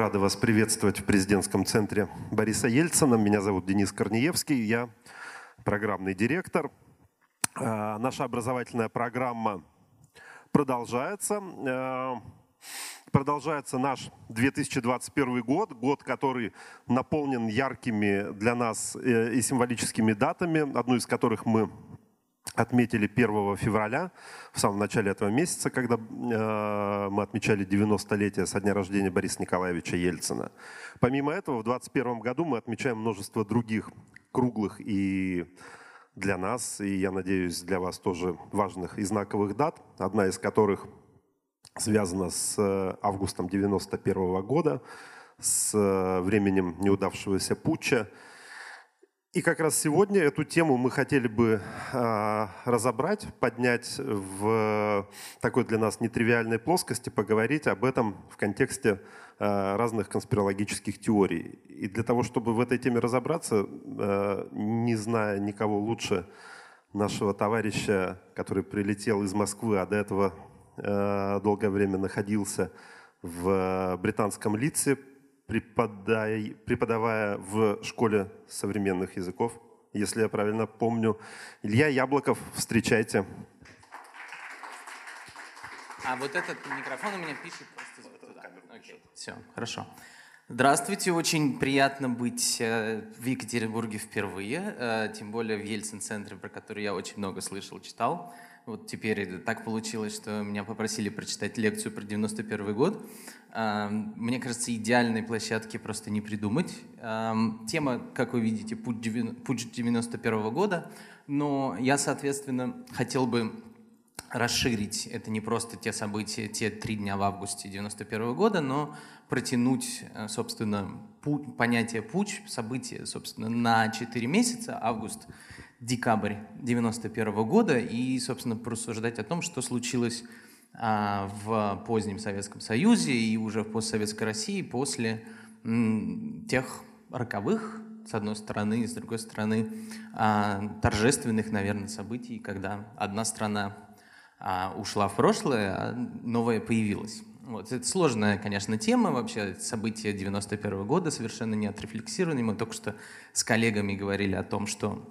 рады вас приветствовать в президентском центре Бориса Ельцина. Меня зовут Денис Корнеевский, я программный директор. Наша образовательная программа продолжается. Продолжается наш 2021 год, год, который наполнен яркими для нас и символическими датами, одну из которых мы отметили 1 февраля, в самом начале этого месяца, когда мы отмечали 90-летие со дня рождения Бориса Николаевича Ельцина. Помимо этого, в 2021 году мы отмечаем множество других круглых и для нас, и, я надеюсь, для вас тоже важных и знаковых дат, одна из которых связана с августом 1991 года, с временем неудавшегося путча. И как раз сегодня эту тему мы хотели бы разобрать, поднять в такой для нас нетривиальной плоскости, поговорить об этом в контексте разных конспирологических теорий. И для того, чтобы в этой теме разобраться, не зная никого лучше нашего товарища, который прилетел из Москвы, а до этого долгое время находился в британском Лидсе, преподавая в школе современных языков, если я правильно помню. Илья Яблоков, встречайте. А вот этот микрофон у меня пишет просто туда. Окей, все, хорошо. Здравствуйте, очень приятно быть в Екатеринбурге впервые, тем более в Ельцин-центре, про который я очень много слышал, читал. Вот теперь так получилось, что меня попросили прочитать лекцию про 91 год. Мне кажется, идеальной площадки просто не придумать. Тема, как вы видите, путь 91 года, но я, соответственно, хотел бы расширить это не просто те события, те 3 дня в августе 91 года, но протянуть, собственно, понятие путч, события, собственно, на 4 месяца, август-декабрь 91 года, и, собственно, порассуждать о том, что случилось в позднем Советском Союзе и уже в постсоветской России после тех роковых, с одной стороны, и с другой стороны, торжественных, наверное, событий, когда одна страна ушла в прошлое, а новая появилась. Вот. Это сложная, конечно, тема, вообще события 91 года совершенно не отрефлексированы. Мы только что с коллегами говорили о том, что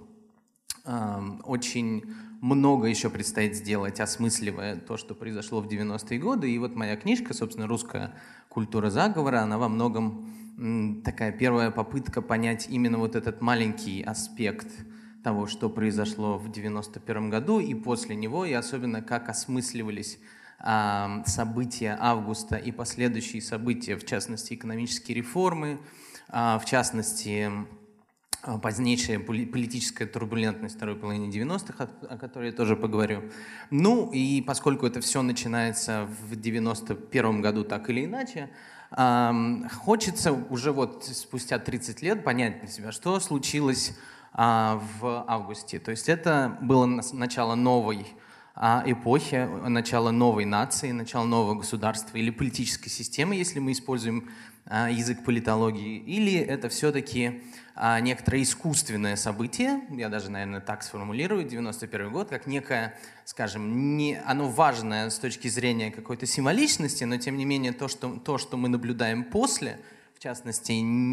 очень много еще предстоит сделать, осмысливая то, что произошло в 90-е годы. И вот моя книжка, собственно, «Русская культура заговора», она во многом такая первая попытка понять именно вот этот маленький аспект того, что произошло в 91 году и после него, и особенно как осмысливались события августа и последующие события, в частности, экономические реформы, в частности, позднейшая политическая турбулентность второй половины 90-х, о которой я тоже поговорю. Ну, и поскольку это все начинается в 91 году так или иначе, хочется уже вот спустя 30 лет понять для себя, что случилось в августе. То есть это было начало новой эпохи, начало новой нации, начало нового государства или политической системы, если мы используем язык политологии, или это все-таки некоторое искусственное событие, я даже, наверное, так сформулирую, 91 год, как некое, скажем, оно важное с точки зрения какой-то символичности, но тем не менее то, что мы наблюдаем после, в частности,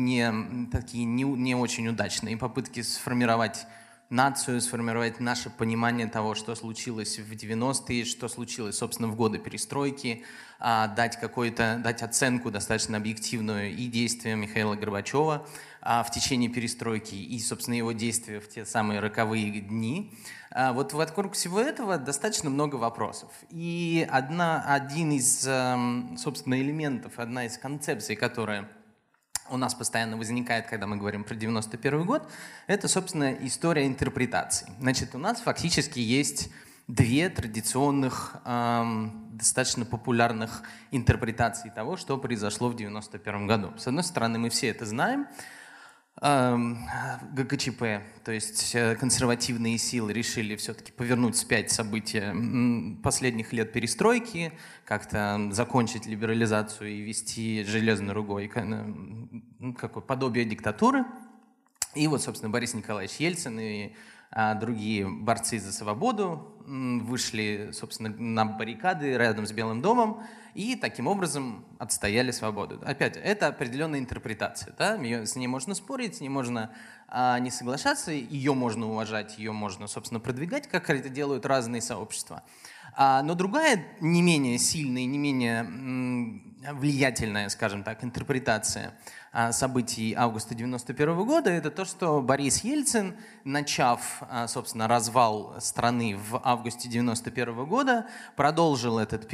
не очень удачные попытки сформировать нацию, сформировать наше понимание того, что случилось в 90-е, что случилось, собственно, в годы перестройки, дать оценку достаточно объективную и действиям Михаила Горбачева в течение перестройки и, собственно, его действия в те самые роковые дни. Вот вокруг всего этого достаточно много вопросов. И один из, собственно, элементов, одна из концепций, которая у нас постоянно возникает, когда мы говорим про 91 год, это, собственно, история интерпретаций. Значит, у нас фактически есть 2 традиционных, достаточно популярных интерпретации того, что произошло в 91 году. С одной стороны, мы все это знаем. ГКЧП, то есть консервативные силы, решили все-таки повернуть вспять события последних лет перестройки, как-то закончить либерализацию и вести железной рукой какое подобие диктатуры. И вот, собственно, Борис Николаевич Ельцин и другие борцы за свободу вышли, собственно, на баррикады рядом с Белым домом и таким образом отстояли свободу. Опять, это определенная интерпретация. Да? С ней можно спорить, с ней можно не соглашаться, ее можно уважать, ее можно, собственно, продвигать, как это делают разные сообщества. Но другая, не менее сильная, не менее влиятельная, скажем так, интерпретация событий августа 1991 года, это то, что Борис Ельцин, начав, собственно, развал страны в августе 1991 года, продолжил этот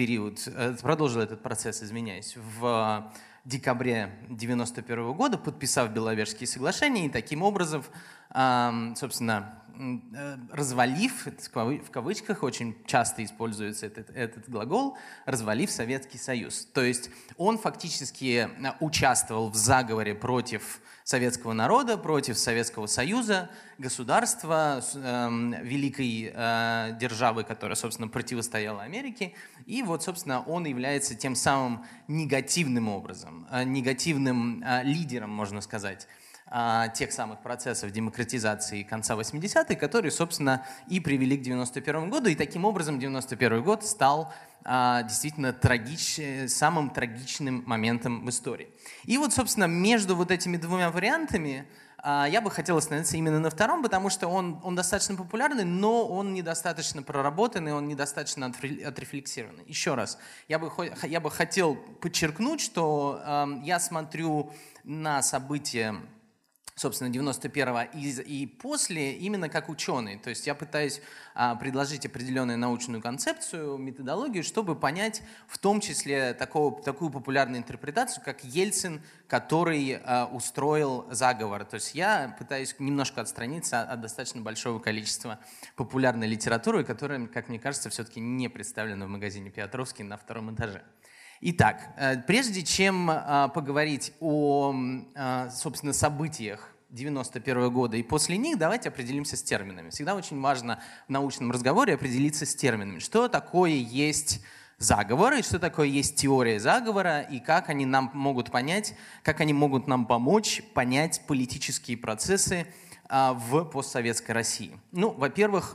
процесс, извиняюсь, в декабре 1991 года, подписав Беловежские соглашения и таким образом, собственно, развалив, в кавычках очень часто используется этот глагол, развалив Советский Союз. То есть он фактически участвовал в заговоре против советского народа, против Советского Союза, государства, великой державы, которая, собственно, противостояла Америке. И вот, собственно, он является тем самым негативным образом, негативным лидером, можно сказать, тех самых процессов демократизации конца 80-х, которые, собственно, и привели к 91 году. И таким образом 91 год стал действительно самым трагичным моментом в истории. И вот, собственно, между вот этими двумя вариантами я бы хотел остановиться именно на втором, потому что он достаточно популярный, но он недостаточно проработанный, он недостаточно отрефлексированный. Еще раз, я бы хотел подчеркнуть, что я смотрю на события, собственно, 91-го и после, именно как ученый. То есть я пытаюсь предложить определенную научную концепцию, методологию, чтобы понять в том числе такую популярную интерпретацию, как Ельцин, который устроил заговор. То есть я пытаюсь немножко отстраниться от достаточно большого количества популярной литературы, которая, как мне кажется, все-таки не представлена в магазине Петровский на втором этаже. Итак, прежде чем поговорить о, собственно, событиях 91 года и после них, давайте определимся с терминами. Всегда очень важно в научном разговоре определиться с терминами. Что такое есть заговор, и что такое есть теория заговора, и как они нам могут понять, как они могут нам помочь понять политические процессы в постсоветской России. Ну, во-первых,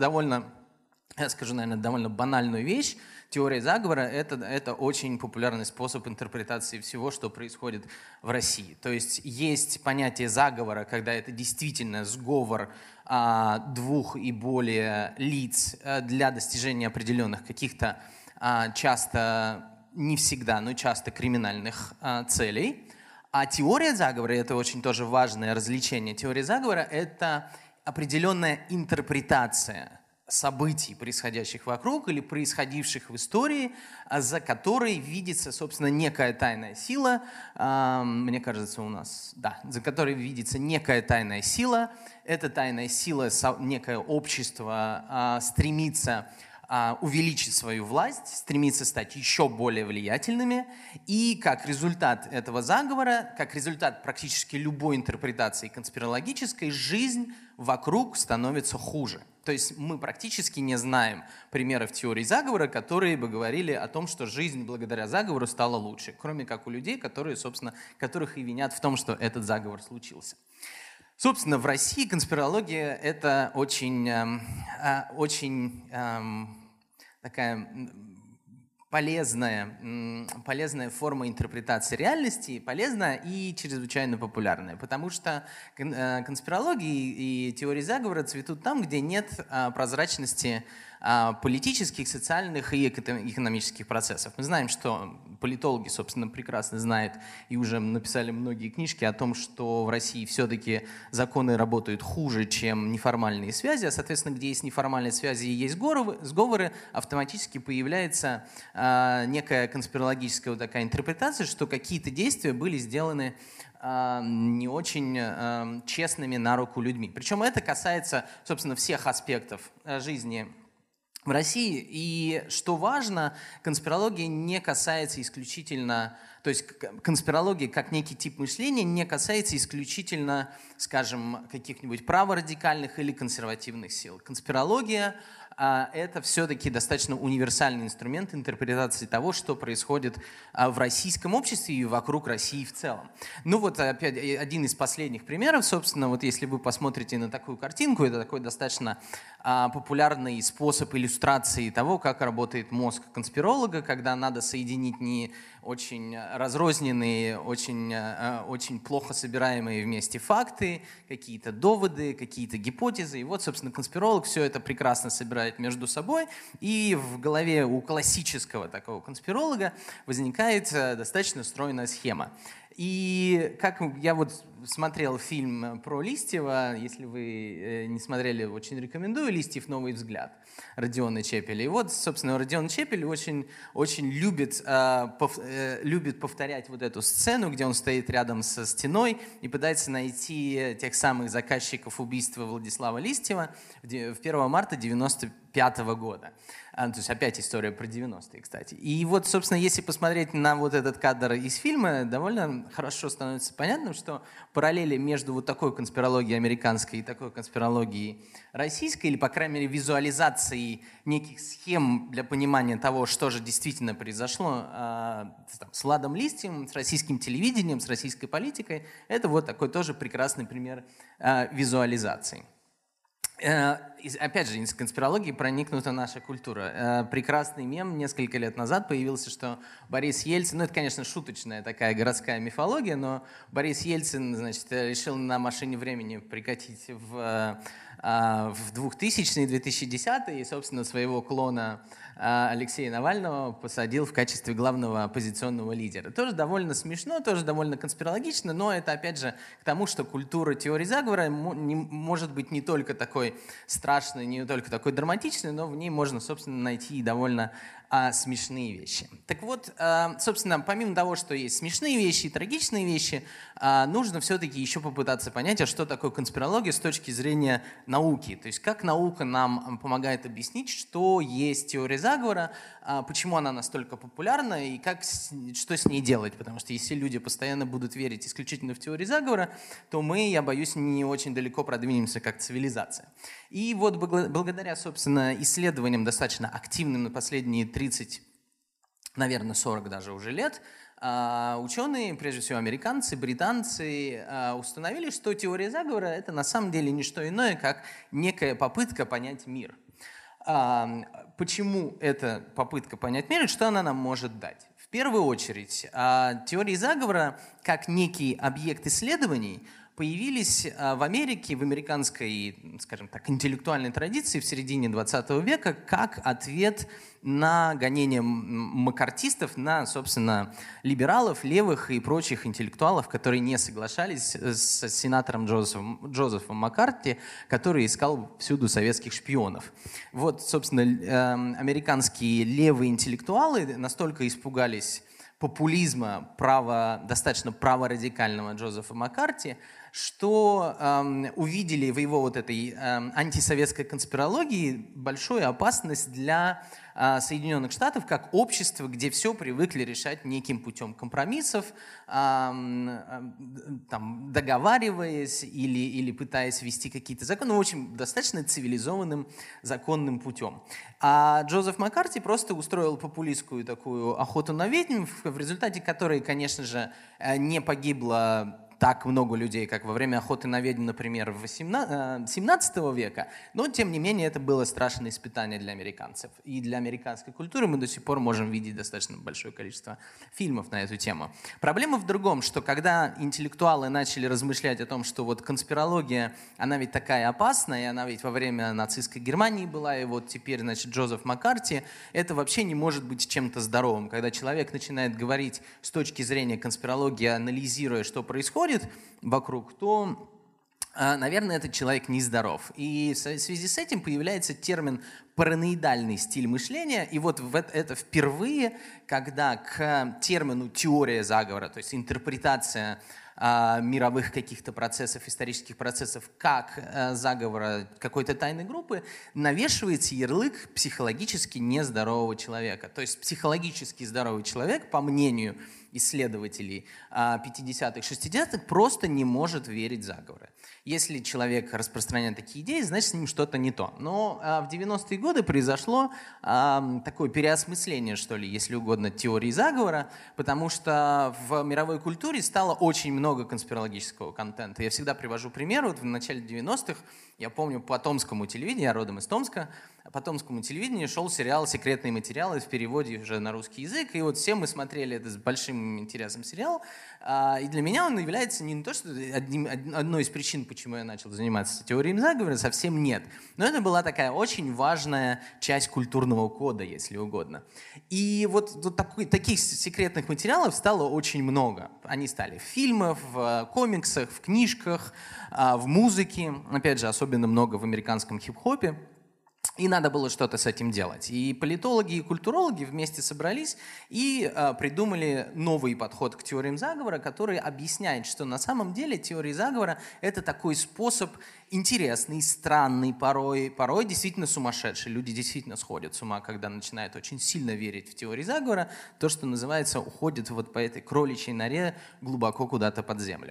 я скажу, наверное, довольно банальную вещь. Теория заговора – это очень популярный способ интерпретации всего, что происходит в России. То есть есть понятие заговора, когда это действительно сговор двух и более лиц для достижения определенных каких-то часто, не всегда, но часто криминальных целей. А теория заговора – это очень тоже важное развлечение. Теория заговора – это определенная интерпретация событий, происходящих вокруг или происходивших в истории, за которой видится, собственно, некая тайная сила. Мне кажется, за которой видится некая тайная сила. Эта тайная сила, некое общество стремится увеличить свою власть, стремится стать еще более влиятельными. И как результат этого заговора, как результат практически любой интерпретации конспирологической, жизнь вокруг становится хуже. То есть мы практически не знаем примеров теорий заговора, которые бы говорили о том, что жизнь благодаря заговору стала лучше, кроме как у людей, которых и винят в том, что этот заговор случился. Собственно, в России конспирология – это очень такая полезная форма интерпретации реальности, полезная и чрезвычайно популярная, потому что конспирология и теории заговора цветут там, где нет прозрачности политических, социальных и экономических процессов. Мы знаем, что политологи, собственно, прекрасно знают и уже написали многие книжки о том, что в России все-таки законы работают хуже, чем неформальные связи, а, соответственно, где есть неформальные связи и есть сговоры, автоматически появляется некая конспирологическая вот такая интерпретация, что какие-то действия были сделаны не очень честными на руку людьми. Причем это касается, собственно, всех аспектов жизни в России. И что важно, конспирология не касается исключительно, то есть конспирология как некий тип мышления не касается исключительно, скажем, каких-нибудь праворадикальных или консервативных сил. Конспирология это все-таки достаточно универсальный инструмент интерпретации того, что происходит в российском обществе и вокруг России в целом. Ну вот опять один из последних примеров, собственно, вот если вы посмотрите на такую картинку, это такой достаточно популярный способ иллюстрации того, как работает мозг конспиролога, когда надо соединить не очень разрозненные, очень плохо собираемые вместе факты, какие-то доводы, какие-то гипотезы. И вот, собственно, конспиролог все это прекрасно собирает между собой, и в голове у классического такого конспиролога возникает достаточно стройная схема. И как я вот смотрел фильм про Листьева, если вы не смотрели, очень рекомендую, «Листьев. Новый взгляд» Родиона Чепеля. И вот, собственно, Родион Чепель очень любит повторять вот эту сцену, где он стоит рядом со стеной и пытается найти тех самых заказчиков убийства Владислава Листьева в 1 марта 1995 года. То есть опять история про 90-е, кстати. И вот, собственно, если посмотреть на вот этот кадр из фильма, довольно хорошо становится понятным, что параллели между вот такой конспирологией американской и такой конспирологией российской, или, по крайней мере, визуализацией неких схем для понимания того, что же действительно произошло с Владом Листьевым, с российским телевидением, с российской политикой, это вот такой тоже прекрасный пример визуализации. Опять же, из конспирологии проникнута наша культура. Прекрасный мем несколько лет назад появился, что Борис Ельцин, ну это, конечно, шуточная такая городская мифология, но Борис Ельцин, значит, решил на машине времени прикатить в 2000-е, 2010-е, и, собственно, своего клона Алексея Навального посадил в качестве главного оппозиционного лидера. Тоже довольно смешно, тоже довольно конспирологично, но это, опять же, к тому, что культура теории заговора может быть не только такой страшной, не только такой драматичной, но в ней можно, собственно, найти и довольно смешные вещи. Так вот, собственно, помимо того, что есть смешные вещи и трагичные вещи, нужно все-таки еще попытаться понять, а что такое конспирология с точки зрения науки. То есть как наука нам помогает объяснить, что есть теория заговора, почему она настолько популярна и что с ней делать. Потому что если люди постоянно будут верить исключительно в теорию заговора, то мы, я боюсь, не очень далеко продвинемся как цивилизация. И вот благодаря, собственно, исследованиям достаточно активным на последние 30, наверное, 40 даже уже лет, ученые, прежде всего американцы, британцы, установили, что теория заговора – это на самом деле не что иное, как некая попытка понять мир. Почему эта попытка понять мир и что она нам может дать? В первую очередь, теории заговора как некий объект исследований появились в Америке, в американской, скажем так, интеллектуальной традиции в середине 20 века как ответ на гонения маккартистов, на, собственно, либералов, левых и прочих интеллектуалов, которые не соглашались с сенатором Джозефом Маккарти, который искал всюду советских шпионов. Вот, собственно, американские левые интеллектуалы настолько испугались популизма достаточно праворадикального Джозефа Маккарти, что увидели в его вот этой антисоветской конспирологии большую опасность для Соединенных Штатов как общество, где все привыкли решать неким путем компромиссов, договариваясь или пытаясь ввести какие-то законы, в общем, достаточно цивилизованным законным путем. А Джозеф Маккарти просто устроил популистскую такую охоту на ведьм, в результате которой, конечно же, не погибло так много людей, как во время охоты на ведьм, например, 17 века, но, тем не менее, это было страшное испытание для американцев. И для американской культуры мы до сих пор можем видеть достаточно большое количество фильмов на эту тему. Проблема в другом, что когда интеллектуалы начали размышлять о том, что вот конспирология, она ведь такая опасная, и она ведь во время нацистской Германии была, и вот теперь, значит, Джозеф Маккарти, это вообще не может быть чем-то здоровым. Когда человек начинает говорить с точки зрения конспирологии, анализируя, что происходит вокруг, то, наверное, этот человек нездоров. И в связи с этим появляется термин параноидальный стиль мышления. И вот это впервые, когда к термину теория заговора, то есть интерпретация мировых каких-то процессов, исторических процессов, как заговора какой-то тайной группы, навешивается ярлык психологически нездорового человека. То есть психологически здоровый человек, по мнению исследователей 50-х, 60-х просто не может верить в заговоры. Если человек распространяет такие идеи, значит, с ним что-то не то. Но в 90-е годы произошло такое переосмысление, что ли, если угодно, теории заговора, потому что в мировой культуре стало очень много конспирологического контента. Я всегда привожу пример. Вот в начале 90-х, я помню, по томскому телевидению, я родом из Томска, по томскому телевидению шел сериал «Секретные материалы» в переводе уже на русский язык. И вот все мы смотрели это с большим интересом сериал. И для меня он является не то, что одной из причин, почему я начал заниматься теорией заговора, совсем нет. Но это была такая очень важная часть культурного кода, если угодно. И вот таких секретных материалов стало очень много. Они стали в фильмах, в комиксах, в книжках, в музыке. Опять же, особенно много в американском хип-хопе. И надо было что-то с этим делать. И политологи, и культурологи вместе собрались и придумали новый подход к теориям заговора, который объясняет, что на самом деле теория заговора — это такой способ интересный, странный, порой действительно сумасшедший. Люди действительно сходят с ума, когда начинают очень сильно верить в теории заговора. То, что называется, уходят вот по этой кроличьей норе глубоко куда-то под землю.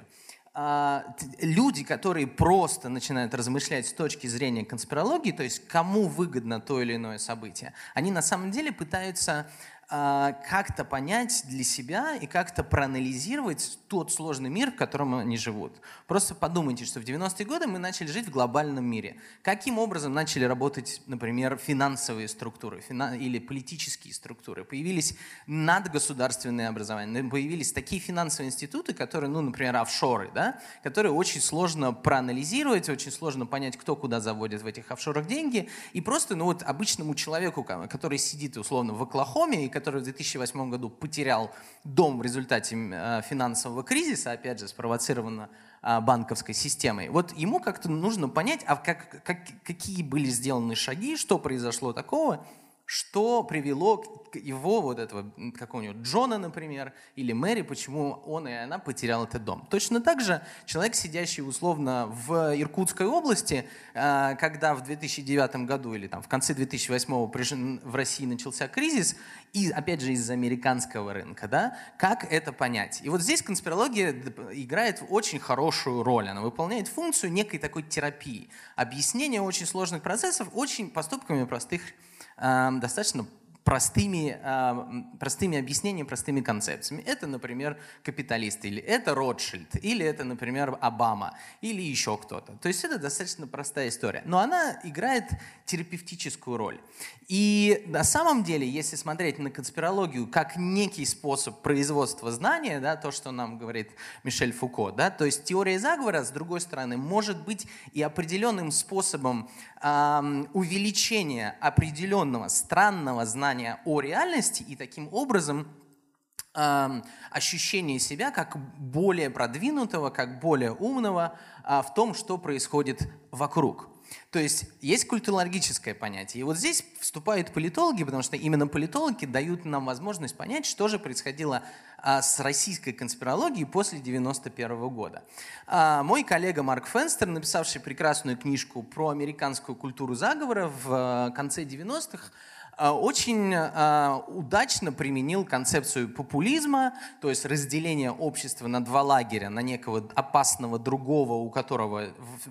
Люди, которые просто начинают размышлять с точки зрения конспирологии, то есть кому выгодно то или иное событие, они на самом деле пытаются как-то понять для себя и как-то проанализировать тот сложный мир, в котором они живут. Просто подумайте, что в 90-е годы мы начали жить в глобальном мире. Каким образом начали работать, например, финансовые структуры или политические структуры? Появились надгосударственные образования, появились такие финансовые институты, которые, например, офшоры, да, которые очень сложно проанализировать, очень сложно понять, кто куда заводит в этих офшорах деньги. И просто обычному человеку, который сидит условно в Оклахоме и который в 2008 году потерял дом в результате финансового кризиса, опять же, спровоцированного банковской системой. Вот ему как-то нужно понять, какие были сделаны шаги, что произошло такого, что привело к его, вот этого какого-нибудь Джона, например, или Мэри, почему он и она потерял этот дом. Точно так же человек, сидящий условно в Иркутской области, когда в 2009 году или в конце 2008 в России начался кризис, и опять же из-за американского рынка, да, как это понять? И вот здесь конспирология играет очень хорошую роль, она выполняет функцию некой такой терапии, объяснения очень сложных процессов очень поступками простых, достаточно простыми объяснениями, простыми концепциями. Это, например, капиталист, или это Ротшильд, или это, например, Обама, или еще кто-то. То есть это достаточно простая история. Но она играет терапевтическую роль. И на самом деле, если смотреть на конспирологию как некий способ производства знания, да, то, что нам говорит Мишель Фуко, да, то есть теория заговора, с другой стороны, может быть и определенным способом увеличения определенного странного знания о реальности и таким образом ощущение себя как более продвинутого, как более умного в том, что происходит вокруг. То есть культурологическое понятие. И вот здесь вступают политологи, потому что именно политологи дают нам возможность понять, что же происходило с российской конспирологией после 1991 года. Мой коллега Марк Фенстер, написавший прекрасную книжку про американскую культуру заговора в конце 90-х, очень удачно применил концепцию популизма, то есть разделение общества на два лагеря, на некого опасного другого, у которого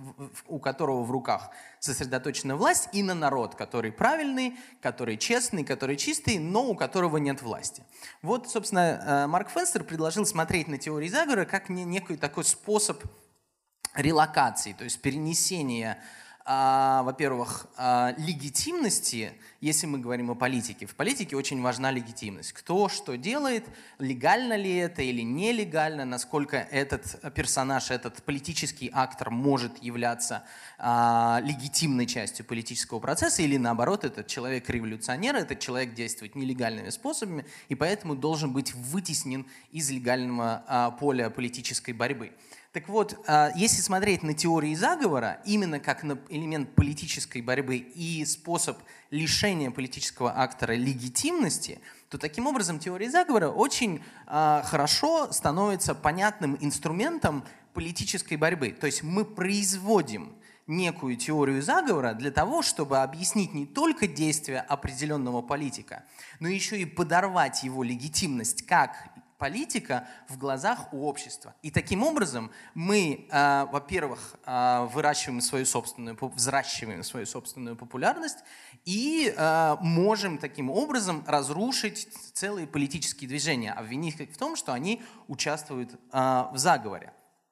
в руках сосредоточена власть, и на народ, который правильный, который честный, который чистый, но у которого нет власти. Вот, собственно, Марк Фенстер предложил смотреть на теории заговора как некий такой способ релокации, то есть перенесения, во-первых, легитимности, если мы говорим о политике. В политике очень важна легитимность. Кто что делает, легально ли это или нелегально, насколько этот персонаж, этот политический актор может являться легитимной частью политического процесса, или наоборот, этот человек революционер, этот человек действует нелегальными способами, и поэтому должен быть вытеснен из легального поля политической борьбы. Так вот, если смотреть на теории заговора именно как на элемент политической борьбы и способ лишения политического актора легитимности, то таким образом теория заговора очень хорошо становится понятным инструментом политической борьбы. То есть мы производим некую теорию заговора для того, чтобы объяснить не только действия определенного политика, но еще и подорвать его легитимность как политика в глазах у общества. И таким образом мы, во-первых, взращиваем свою собственную популярность и можем таким образом разрушить целые политические движения, обвинив их в том, что они участвуют в заговоре.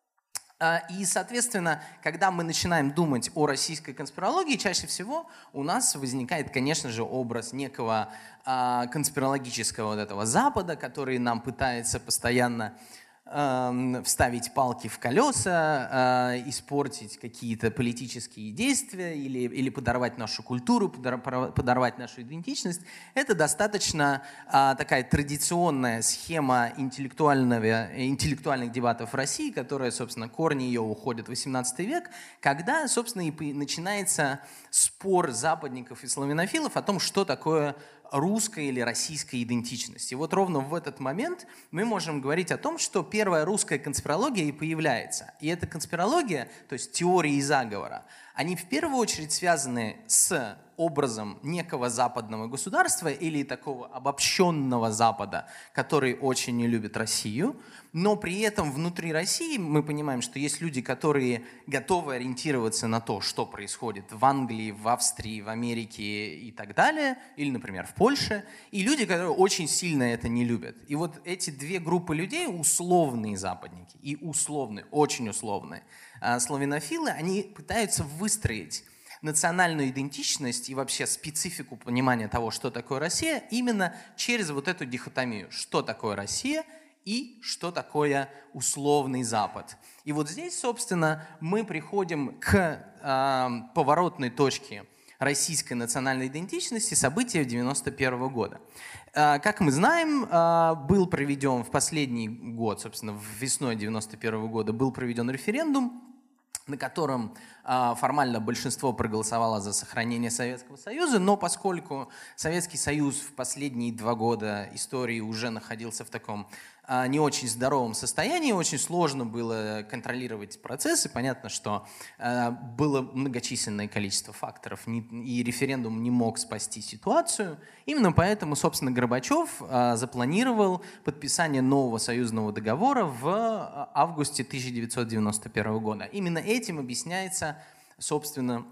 И, соответственно, когда мы начинаем думать о российской конспирологии, чаще всего у нас возникает, конечно же, образ некого конспирологического вот этого Запада, который нам пытается постоянно вставить палки в колеса, испортить какие-то политические действия или подорвать нашу культуру, подорвать нашу идентичность. Это достаточно такая традиционная схема интеллектуальных дебатов в России, которая, собственно, корни ее уходят в XVIII век, когда, собственно, и начинается спор западников и славянофилов о том, что такое русская или российская идентичность. И вот ровно в этот момент мы можем говорить о том, что первая русская конспирология и появляется. И эта конспирология, то есть теории заговора, они в первую очередь связаны с образом некого западного государства или такого обобщенного Запада, который очень не любит Россию, но при этом внутри России мы понимаем, что есть люди, которые готовы ориентироваться на то, что происходит в Англии, в Австрии, в Америке и так далее, или, например, в Польше, и люди, которые очень сильно это не любят. И вот эти две группы людей, условные западники и условные, очень условные славянофилы, они пытаются выстроить национальную идентичность и вообще специфику понимания того, что такое Россия, именно через вот эту дихотомию. Что такое Россия и что такое условный Запад. И вот здесь, собственно, мы приходим к поворотной точке российской национальной идентичности события 1991 года. Как мы знаем, был проведен в последний год, собственно, весной 1991 года был проведен референдум, на котором формально большинство проголосовало за сохранение Советского Союза, но поскольку Советский Союз в последние 2 года истории уже находился в таком не очень здоровом состоянии, очень сложно было контролировать процессы. Понятно, что было многочисленное количество факторов, и референдум не мог спасти ситуацию. Именно поэтому, собственно, Горбачев запланировал подписание нового союзного договора в августе 1991 года. Именно этим объясняется, собственно,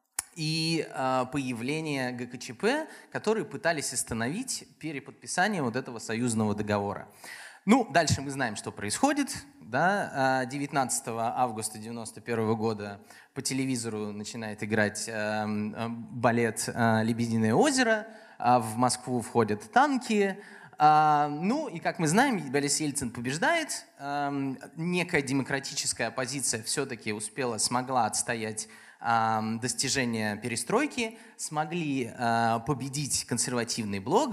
и появление ГКЧП, которые пытались остановить переподписание вот этого союзного договора. Ну, дальше мы знаем, что происходит. Да? 19 августа 1991 года по телевизору начинает играть балет «Лебединое озеро», в Москву входят танки. Ну и, как мы знаем, Борис Ельцин побеждает. Некая демократическая оппозиция все-таки смогла отстоять достижения перестройки, смогли победить консервативный блок,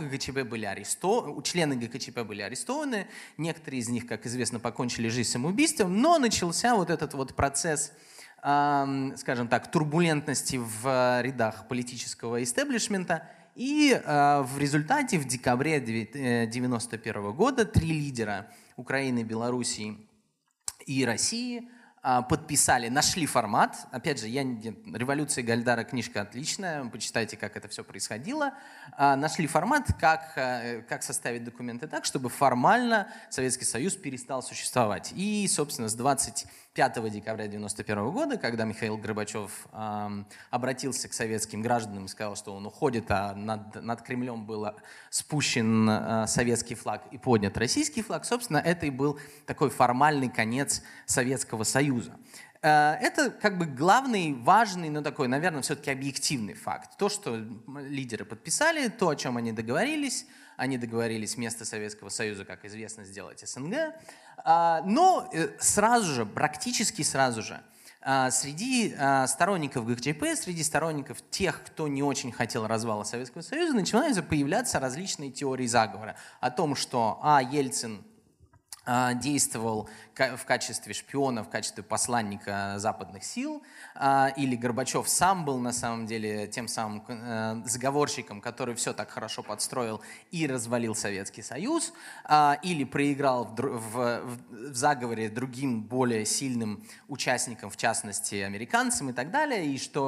члены ГКЧП были арестованы, некоторые из них, как известно, покончили жизнь самоубийством, но начался вот этот вот процесс, скажем так, турбулентности в рядах политического истеблишмента, и в результате в декабре 1991 года 3 лидера Украины, Белоруссии и России подписали, нашли формат. Опять же, «Революция Гальдара» книжка отличная, почитайте, как это все происходило. Нашли формат, как составить документы так, чтобы формально Советский Союз перестал существовать. И, собственно, с 25 декабря 1991 года, когда Михаил Горбачев обратился к советским гражданам и сказал, что он уходит, а над Кремлем был спущен советский флаг и поднят российский флаг, собственно, это и был такой формальный конец Советского Союза. Это как бы главный, важный, но такой, наверное, все-таки объективный факт. То, что лидеры подписали, то, о чем они договорились вместо Советского Союза, как известно, сделать СНГ. Но сразу же, практически сразу же, среди сторонников ГКЧП, среди сторонников тех, кто не очень хотел развала Советского Союза, начинают появляться различные теории заговора о том, что Ельцин действовал в качестве шпиона, в качестве посланника западных сил, или Горбачев сам был на самом деле тем самым заговорщиком, который все так хорошо подстроил и развалил Советский Союз, или проиграл в заговоре другим более сильным участникам, в частности американцам и так далее, и что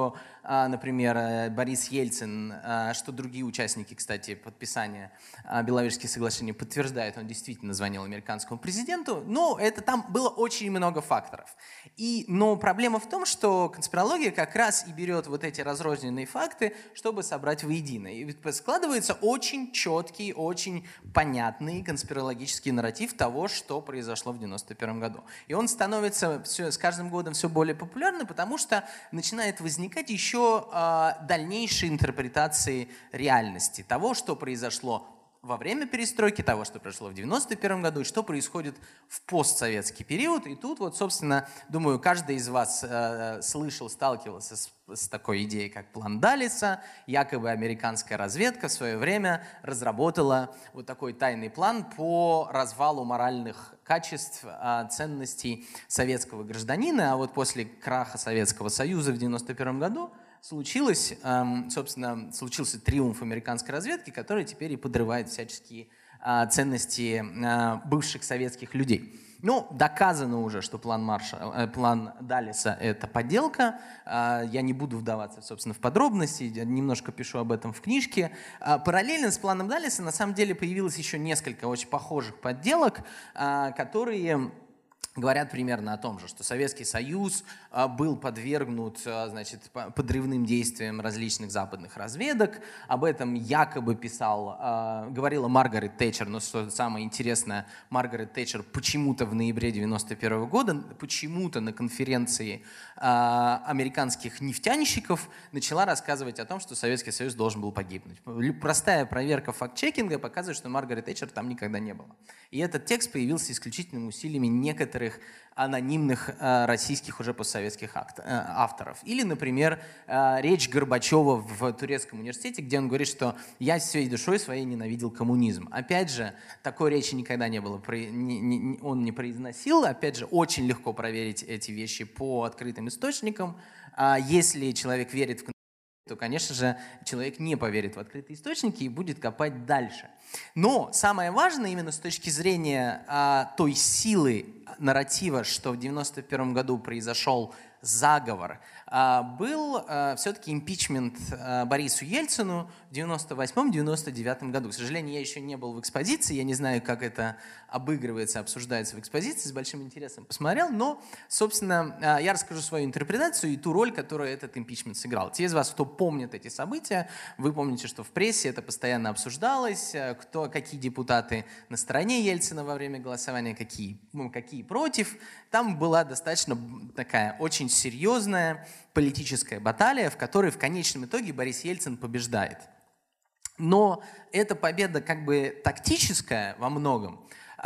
например, Борис Ельцин, что другие участники, кстати, подписания Беловежских соглашений подтверждают, он действительно звонил американскому президенту, но там было очень много факторов. Но проблема в том, что конспирология как раз и берет вот эти разрозненные факты, чтобы собрать воедино. И складывается очень четкий, очень понятный конспирологический нарратив того, что произошло в 1991 году. И он становится с каждым годом все более популярным, потому что начинает возникать еще дальнейшие интерпретации реальности, того, что произошло во время перестройки, того, что произошло в 1991 году, и что происходит в постсоветский период. И тут вот, собственно, думаю, каждый из вас слышал, сталкивался с такой идеей, как план Даллеса. Якобы американская разведка в свое время разработала вот такой тайный план по развалу моральных качеств, ценностей советского гражданина. А вот после краха Советского Союза в 1991 году случился триумф американской разведки, который теперь и подрывает всяческие ценности бывших советских людей. Ну, доказано уже, что план Даллеса – это подделка. Я не буду вдаваться, собственно, в подробности, немножко пишу об этом в книжке. Параллельно с планом Даллеса на самом деле появилось еще несколько очень похожих подделок, которые говорят примерно о том же, что Советский Союз был подвергнут, значит, подрывным действиям различных западных разведок. Об этом якобы говорила Маргарет Тэтчер, но что самое интересное, Маргарет Тэтчер почему-то в ноябре 1991 года, почему-то на конференции американских нефтяников начала рассказывать о том, что Советский Союз должен был погибнуть. Простая проверка факт-чекинга показывает, что Маргарет Тэтчер там никогда не было. И этот текст появился исключительными усилиями некоторых анонимных российских уже постсоветских авторов. Или, например, речь Горбачева в Турецком университете, где он говорит, что «я всей душой своей ненавидел коммунизм». Опять же, такой речи никогда не было, он не произносил. Опять же, очень легко проверить эти вещи по открытым источникам. Если человек верит в то, конечно же, человек не поверит в открытые источники и будет копать дальше. Но самое важное именно с точки зрения той силы нарратива, что в 1991 году произошел заговор, был все-таки импичмент Борису Ельцину в 1998-1999 году. К сожалению, я еще не был в экспозиции, я не знаю, как это обыгрывается, обсуждается в экспозиции, с большим интересом посмотрел, но, собственно, я расскажу свою интерпретацию и ту роль, которую этот импичмент сыграл. Те из вас, кто помнит эти события, вы помните, что в прессе это постоянно обсуждалось, какие депутаты на стороне Ельцина во время голосования, какие против. Там была достаточно такая очень серьезная политическая баталия, в которой в конечном итоге Борис Ельцин побеждает. Но эта победа как бы тактическая во многом,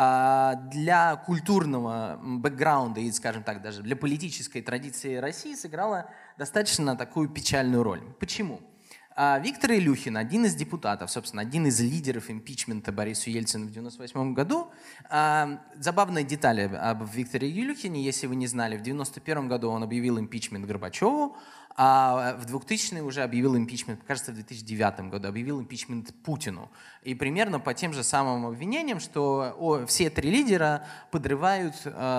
для культурного бэкграунда и, скажем так, даже для политической традиции России сыграла достаточно такую печальную роль. Почему? Виктор Илюхин, один из депутатов, собственно, один из лидеров импичмента Борису Ельцину в 1998 году. Забавная деталь об Викторе Илюхине, если вы не знали, в 1991 году он объявил импичмент Горбачеву, а в 2000-е уже объявил импичмент, кажется, в 2009 году объявил импичмент Путину. И примерно по тем же самым обвинениям, что все три лидера подрывают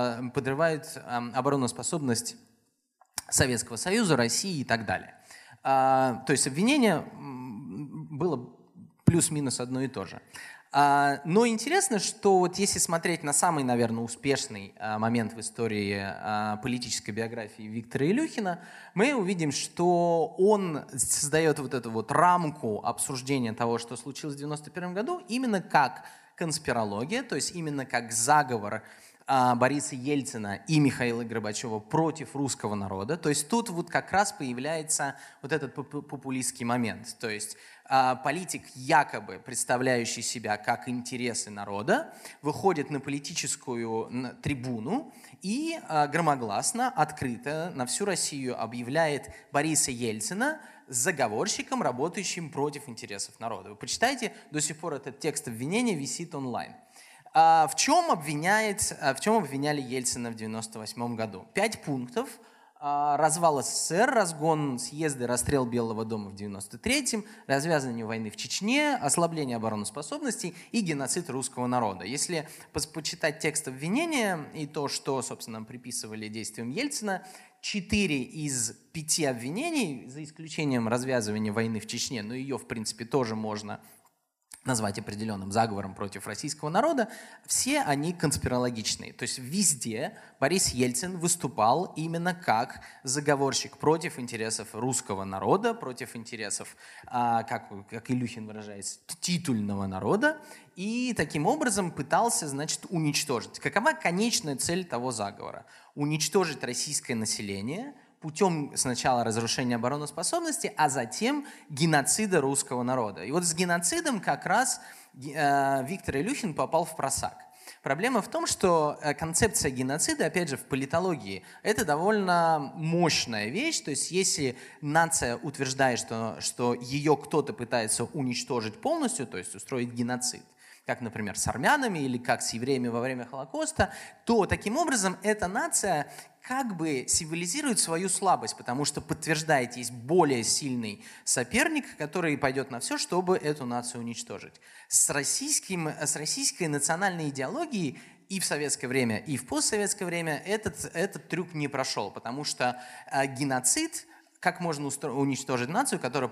обороноспособность Советского Союза, России и так далее. То есть обвинение было плюс-минус одно и то же. Но интересно, что вот если смотреть на самый, наверное, успешный момент в истории политической биографии Виктора Илюхина, мы увидим, что он создает вот эту вот рамку обсуждения того, что случилось в 1991 году, именно как конспирология, то есть именно как заговор Бориса Ельцина и Михаила Горбачева против русского народа. То есть тут вот как раз появляется вот этот популистский момент. То есть политик, якобы представляющий себя как интересы народа, выходит на политическую трибуну и громогласно, открыто на всю Россию объявляет Бориса Ельцина заговорщиком, работающим против интересов народа. Вы почитайте, до сих пор этот текст обвинения висит онлайн. В чем обвиняли Ельцина в 1998 году? 5 пунктов. Развал СССР, разгон съезда, расстрел Белого дома в 1993-м, развязывание войны в Чечне, ослабление обороноспособностей и геноцид русского народа. Если почитать текст обвинения и то, что, собственно, приписывали действиям Ельцина, 4 из 5 обвинений, за исключением развязывания войны в Чечне, но ее, в принципе, тоже можно назвать определенным заговором против российского народа, все они конспирологичные. То есть везде Борис Ельцин выступал именно как заговорщик против интересов русского народа, против интересов, как Илюхин выражается, титульного народа, и таким образом пытался, значит, уничтожить. Какова конечная цель того заговора? Уничтожить российское население путем сначала разрушения обороноспособности, а затем геноцида русского народа. И вот с геноцидом как раз Виктор Илюхин попал в просак. Проблема в том, что концепция геноцида, опять же, в политологии, это довольно мощная вещь. То есть если нация утверждает, что ее кто-то пытается уничтожить полностью, то есть устроить геноцид, как, например, с армянами или как с евреями во время Холокоста, то таким образом эта нация как бы символизирует свою слабость, потому что подтверждает, есть более сильный соперник, который пойдет на все, чтобы эту нацию уничтожить. С российской национальной идеологией и в советское время, и в постсоветское время этот трюк не прошел, потому что геноцид, как можно уничтожить нацию, которая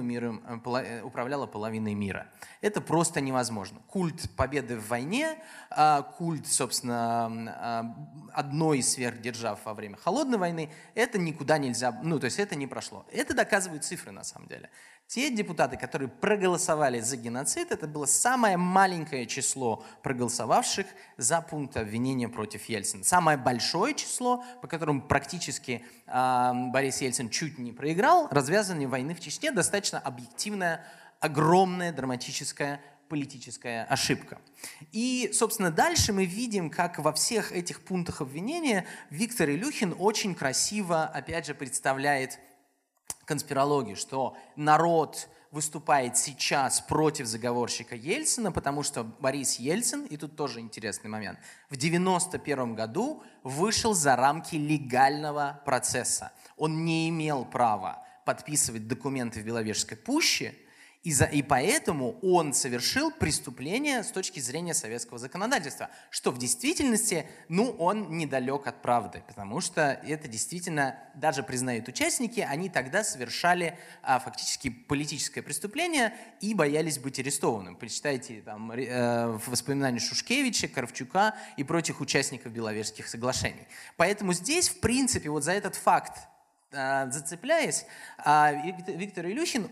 управляла половиной мира? Это просто невозможно. Культ победы в войне, культ, собственно, одной из сверхдержав во время Холодной войны, это никуда нельзя, то есть это не прошло. Это доказывают цифры на самом деле. Те депутаты, которые проголосовали за геноцид, это было самое маленькое число проголосовавших за пункт обвинения против Ельцина. Самое большое число, по которому практически Борис Ельцин чуть не проиграл, развязывание войны в Чечне, достаточно объективная, огромная, драматическая политическая ошибка. И, собственно, дальше мы видим, как во всех этих пунктах обвинения Виктор Илюхин очень красиво, опять же, представляет конспирологию, что народ выступает сейчас против заговорщика Ельцина, потому что Борис Ельцин, и тут тоже интересный момент, в 1991 году вышел за рамки легального процесса. Он не имел права подписывать документы в Беловежской пуще, и поэтому он совершил преступление с точки зрения советского законодательства, что в действительности, он недалек от правды, потому что это действительно, даже признают участники, они тогда совершали фактически политическое преступление и боялись быть арестованным. Почитайте там воспоминания Шушкевича, Коровчука и прочих участников Беловежских соглашений. Поэтому здесь, в принципе, вот за этот факт зацепляясь, Виктор Илюхин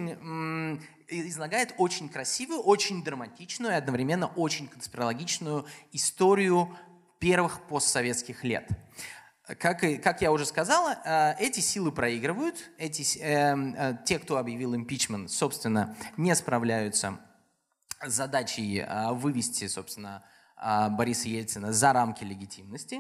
излагает очень красивую, очень драматичную и одновременно очень конспирологичную историю первых постсоветских лет. Как я уже сказала, эти силы проигрывают, те, кто объявил импичмент, собственно, не справляются с задачей вывести, собственно, Бориса Ельцина за рамки легитимности.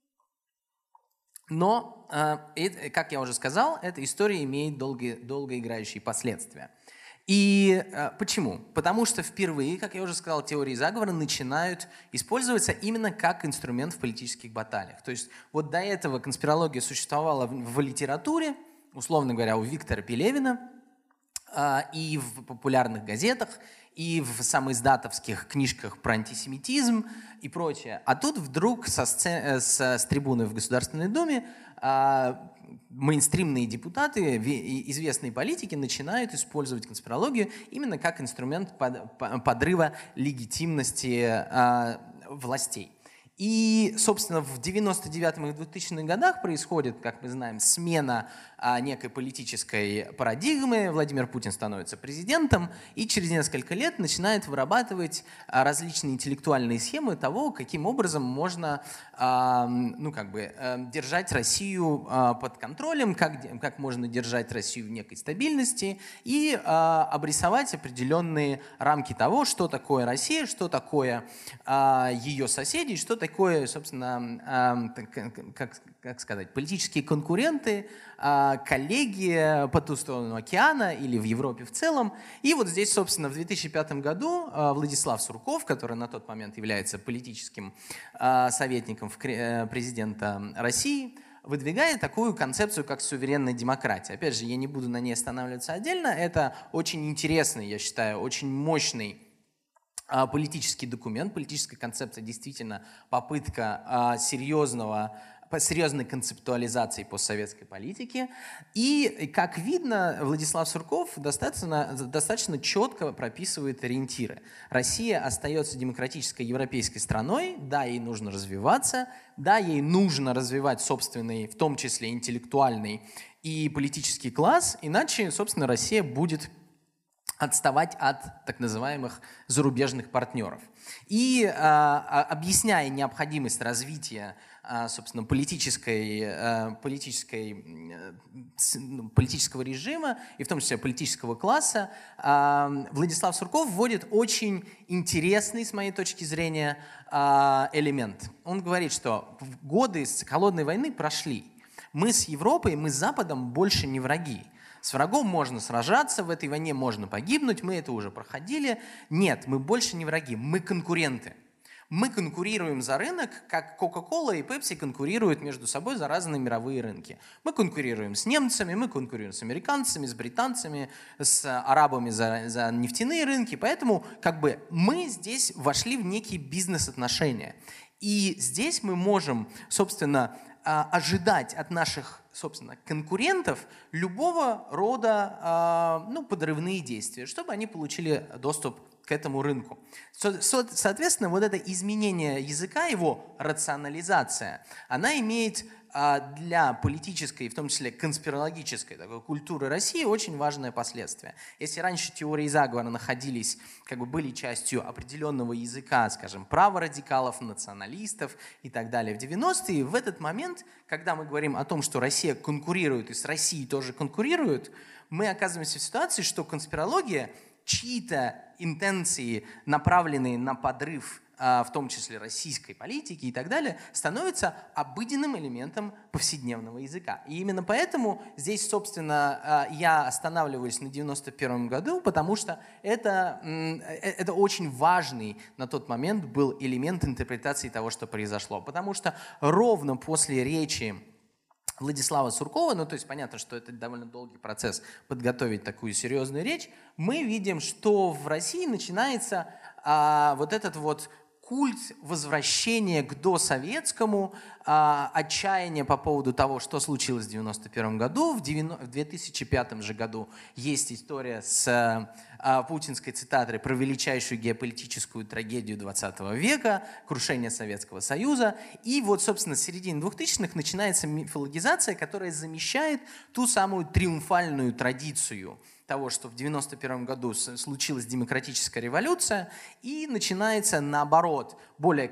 Но, как я уже сказал, эта история имеет долгоиграющие последствия. И почему? Потому что впервые, как я уже сказал, теории заговора начинают использоваться именно как инструмент в политических баталиях. То есть вот до этого конспирология существовала в литературе, условно говоря, у Виктора Пелевина, и в популярных газетах, и в самоиздатовских книжках про антисемитизм и прочее. А тут вдруг с трибуны в Государственной Думе мейнстримные депутаты, известные политики начинают использовать конспирологию именно как инструмент подрыва легитимности властей. И, собственно, в 99-м и 2000-х годах происходит, как мы знаем, смена некой политической парадигмы. Владимир Путин становится президентом и через несколько лет начинает вырабатывать различные интеллектуальные схемы того, каким образом можно держать Россию под контролем, как можно держать Россию в некой стабильности и обрисовать определенные рамки того, что такое Россия, что такое ее соседи, что такое, собственно, как сказать, политические конкуренты, коллеги по ту сторону океана или в Европе в целом. И вот здесь, собственно, в 2005 году Владислав Сурков, который на тот момент является политическим советником президента России, выдвигает такую концепцию, как суверенная демократия. Опять же, я не буду на ней останавливаться отдельно. Это очень интересный, я считаю, очень мощный политический документ, политическая концепция, действительно попытка серьезного по серьезной концептуализации постсоветской политики. И, как видно, Владислав Сурков достаточно четко прописывает ориентиры. Россия остается демократической европейской страной, да, ей нужно развиваться, да, ей нужно развивать собственный, в том числе интеллектуальный и политический класс, иначе, собственно, Россия будет отставать от так называемых зарубежных партнеров. И объясняя необходимость развития, собственно, политического режима и в том числе политического класса, Владислав Сурков вводит очень интересный, с моей точки зрения, элемент. Он говорит, что годы холодной войны прошли. Мы с Европой, мы с Западом больше не враги. С врагом можно сражаться, в этой войне можно погибнуть, мы это уже проходили. Нет, мы больше не враги, мы конкуренты. Мы конкурируем за рынок, как Coca-Cola и Pepsi конкурируют между собой за разные мировые рынки. Мы конкурируем с немцами, мы конкурируем с американцами, с британцами, с арабами за нефтяные рынки. Поэтому как бы мы здесь вошли в некие бизнес-отношения. И здесь мы можем, собственно, ожидать от наших, собственно, конкурентов любого рода подрывные действия, чтобы они получили доступ к этому рынку. Соответственно, вот это изменение языка, его рационализация, она имеет для политической, в том числе конспирологической такой культуры России очень важное последствие. Если раньше теории заговора находились, были частью определенного языка, скажем, праворадикалов, националистов и так далее в 90-е, в этот момент, когда мы говорим о том, что Россия конкурирует и с Россией тоже конкурирует, мы оказываемся в ситуации, что конспирология, чьи-то интенции, направленные на подрыв, в том числе российской политики и так далее, становится обыденным элементом повседневного языка. И именно поэтому здесь, собственно, я останавливаюсь на 91 году, потому что это очень важный на тот момент был элемент интерпретации того, что произошло. Потому что ровно после речи Владислава Суркова, то есть понятно, что это довольно долгий процесс подготовить такую серьезную речь, мы видим, что в России начинается вот этот вот культ возвращения к досоветскому, отчаяние по поводу того, что случилось в 1991 году. В 2005 же году есть история с путинской цитатой про величайшую геополитическую трагедию 20 века, крушение Советского Союза. И вот, собственно, с середины 2000-х начинается мифологизация, которая замещает ту самую триумфальную традицию того, что в 1991 году случилась демократическая революция, и начинается, наоборот, более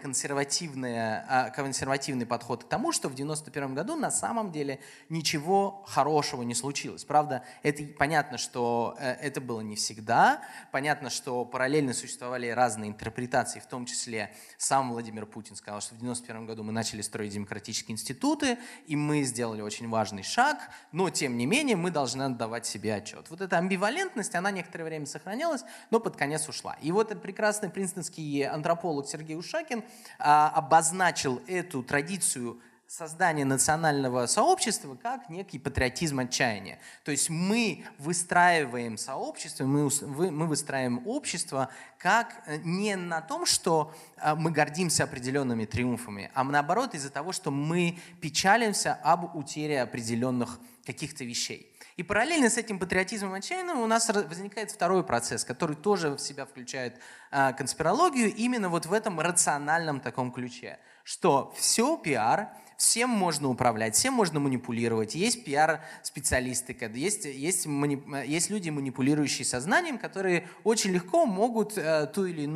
консервативный подход к тому, что в 1991 году на самом деле ничего хорошего не случилось. Правда, это понятно, что это было не всегда, понятно, что параллельно существовали разные интерпретации, в том числе сам Владимир Путин сказал, что в 1991 году мы начали строить демократические институты, и мы сделали очень важный шаг, но, тем не менее, мы должны отдавать себе отчет. Вот эта амбивалентность, она некоторое время сохранялась, но под конец ушла. И вот этот прекрасный принстонский антрополог Сергей Ушакин обозначил эту традицию создания национального сообщества как некий патриотизм отчаяния. То есть мы выстраиваем сообщество, мы выстраиваем общество как не на том, что мы гордимся определенными триумфами, а наоборот из-за того, что мы печалимся об утере определенных каких-то вещей. И параллельно с этим патриотизмом отчаянным у нас возникает второй процесс, который тоже в себя включает конспирологию, именно вот в этом рациональном таком ключе, что все пиар, всем можно управлять, всем можно манипулировать. Есть пиар-специалисты, есть люди, манипулирующие сознанием, которые очень легко могут той или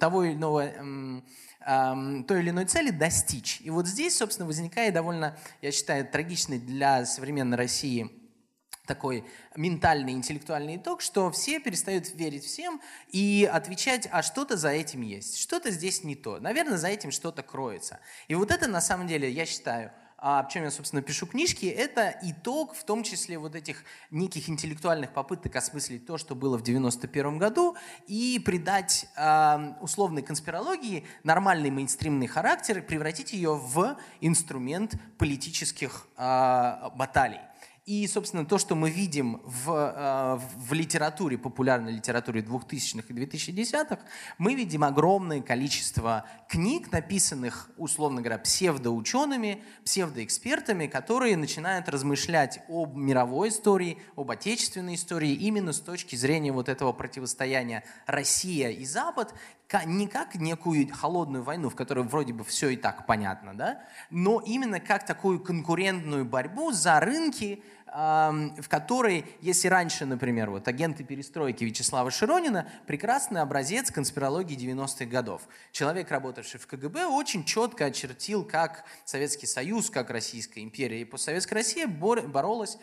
иной цели достичь. И вот здесь, собственно, возникает довольно, я считаю, трагичный для современной России такой ментальный, интеллектуальный итог, что все перестают верить всем и отвечать, а что-то за этим есть, что-то здесь не то, наверное, за этим что-то кроется. И вот это, на самом деле, я считаю, о чем я, собственно, пишу книжки, это итог, в том числе вот этих неких интеллектуальных попыток осмыслить то, что было в 1991 году, и придать условной конспирологии нормальный мейнстримный характер, превратить ее в инструмент политических баталий. И, собственно, то, что мы видим в литературе, популярной литературе 2000-х и 2010-х, мы видим огромное количество книг, написанных, условно говоря, псевдоучеными, псевдоэкспертами, которые начинают размышлять об мировой истории, об отечественной истории именно с точки зрения вот этого противостояния Россия и Запад, не как некую холодную войну, в которой вроде бы все и так понятно, да? Но именно как такую конкурентную борьбу за рынки, в которой, если раньше, например, вот агенты перестройки Вячеслава Широнина, прекрасный образец конспирологии 90-х годов. Человек, работавший в КГБ, очень четко очертил, как Советский Союз, как Российская империя и постсоветская Россия боролась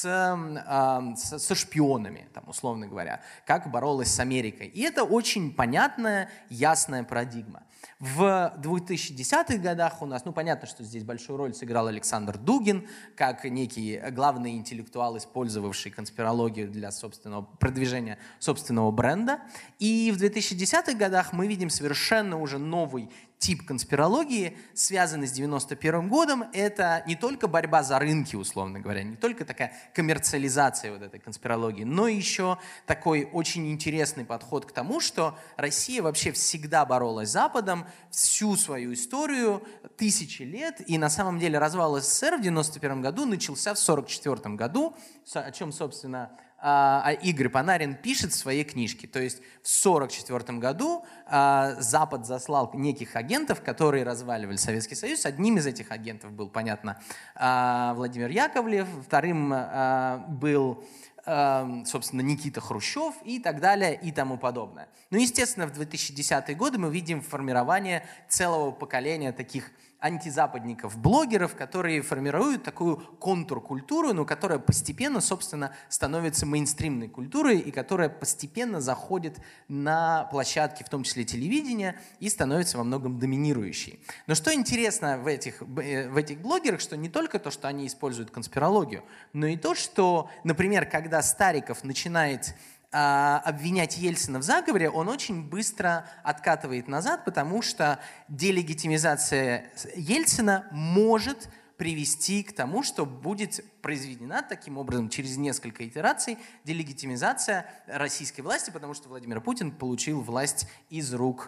со шпионами, там, условно говоря, как боролась с Америкой. И это очень понятная, ясная парадигма. В 2010-х годах у нас, понятно, что здесь большую роль сыграл Александр Дугин, как некий главный интеллектуал, использовавший конспирологию для продвижения собственного бренда. И в 2010-х годах мы видим совершенно уже новый тип конспирологии, связанный с 91 годом. Это не только борьба за рынки, условно говоря, не только такая коммерциализация вот этой конспирологии, но еще такой очень интересный подход к тому, что Россия вообще всегда боролась с Западом всю свою историю, тысячи лет, и на самом деле развал СССР в 91 году начался в 44 году, о чем, собственно, Игорь Панарин пишет в своей книжке. То есть в 1944 году Запад заслал неких агентов, которые разваливали Советский Союз. Одним из этих агентов был, понятно, Владимир Яковлев, вторым был, собственно, Никита Хрущев и так далее и тому подобное. Ну, естественно, в 2010-е годы мы видим формирование целого поколения таких антизападников-блогеров, которые формируют такую контркультуру, но которая постепенно, собственно, становится мейнстримной культурой и которая постепенно заходит на площадки, в том числе телевидения, и становится во многом доминирующей. Но что интересно в этих блогерах, что не только то, что они используют конспирологию, но и то, что, например, когда Стариков начинает обвинять Ельцина в заговоре, он очень быстро откатывает назад, потому что делегитимизация Ельцина может привести к тому, что будет произведена таким образом через несколько итераций делегитимизация российской власти, потому что Владимир Путин получил власть из рук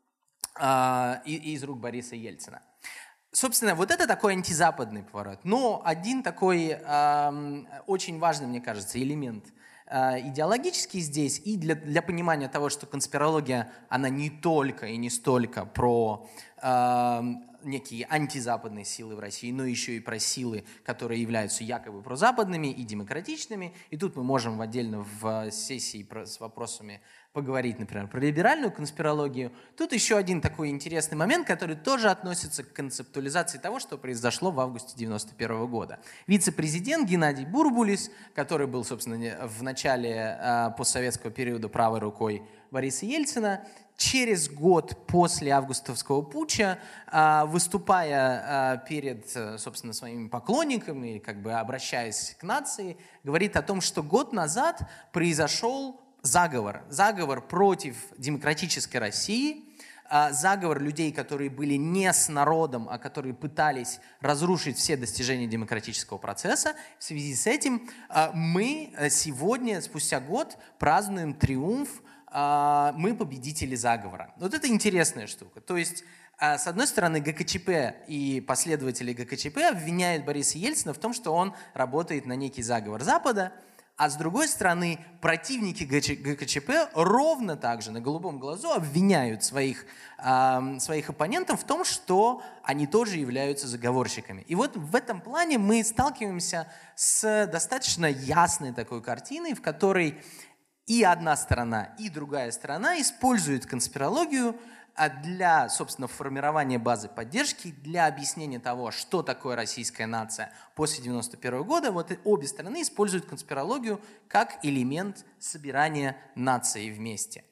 Бориса Ельцина. Собственно, вот это такой антизападный поворот. Но один такой очень важный, мне кажется, элемент идеологический здесь, и для понимания того, что конспирология, она не только и не столько про некие антизападные силы в России, но еще и про силы, которые являются якобы прозападными и демократичными. И тут мы можем отдельно в сессии с вопросами поговорить, например, про либеральную конспирологию. Тут еще один такой интересный момент, который тоже относится к концептуализации того, что произошло в августе 1991 года. Вице-президент Геннадий Бурбулис, который был, собственно, в начале постсоветского периода правой рукой Бориса Ельцина, через год после августовского путча, выступая перед, собственно, своими поклонниками, как бы обращаясь к нации, говорит о том, что год назад произошел заговор против демократической России, заговор людей, которые были не с народом, а которые пытались разрушить все достижения демократического процесса. В связи с этим мы сегодня, спустя год, празднуем триумф, мы победители заговора. Вот это интересная штука. То есть, с одной стороны, ГКЧП и последователи ГКЧП обвиняют Бориса Ельцина в том, что он работает на некий заговор Запада, а с другой стороны, противники ГКЧП ровно так же на голубом глазу обвиняют своих оппонентов в том, что они тоже являются заговорщиками. И вот в этом плане мы сталкиваемся с достаточно ясной такой картиной, в которой и одна сторона, и другая сторона используют конспирологию для, собственно, формирования базы поддержки, для объяснения того, что такое российская нация после 1991 года. Вот обе стороны используют конспирологию как элемент собирания нации вместе.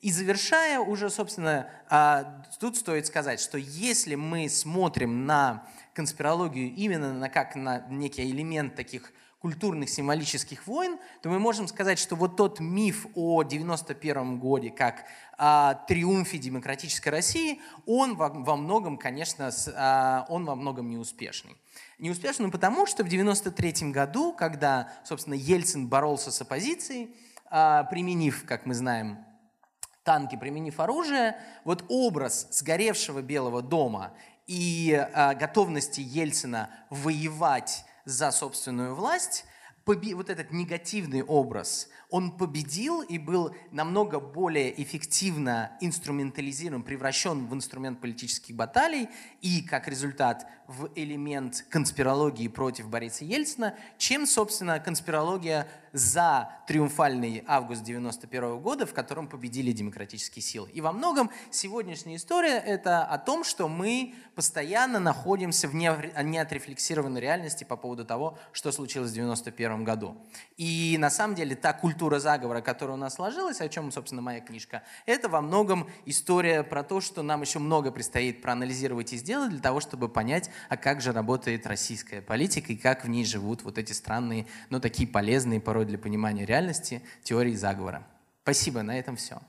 И завершая уже, собственно, тут стоит сказать, что если мы смотрим на конспирологию именно как на некий элемент таких культурных символических войн, то мы можем сказать, что вот тот миф о 91 годе как триумфе демократической России, он во многом, конечно, он во многом неуспешный. Неуспешный потому, что в 93 году, когда, собственно, Ельцин боролся с оппозицией, применив, как мы знаем, танки, применив оружие, вот образ сгоревшего Белого дома и готовности Ельцина воевать за собственную власть, вот этот негативный образ, он победил и был намного более эффективно инструментализирован, превращен в инструмент политических баталий и, как результат, в элемент конспирологии против Бориса Ельцина, чем, собственно, конспирология за триумфальный август 91 года, в котором победили демократические силы. И во многом сегодняшняя история – это о том, что мы постоянно находимся в неотрефлексированной реальности по поводу того, что случилось в 91 году. И на самом деле та культура заговора, которая у нас сложилась, о чем, собственно, моя книжка, это во многом история про то, что нам еще много предстоит проанализировать и сделать для того, чтобы понять, а как же работает российская политика и как в ней живут вот эти странные, но такие полезные порой для понимания реальности теории заговора. Спасибо, на этом все.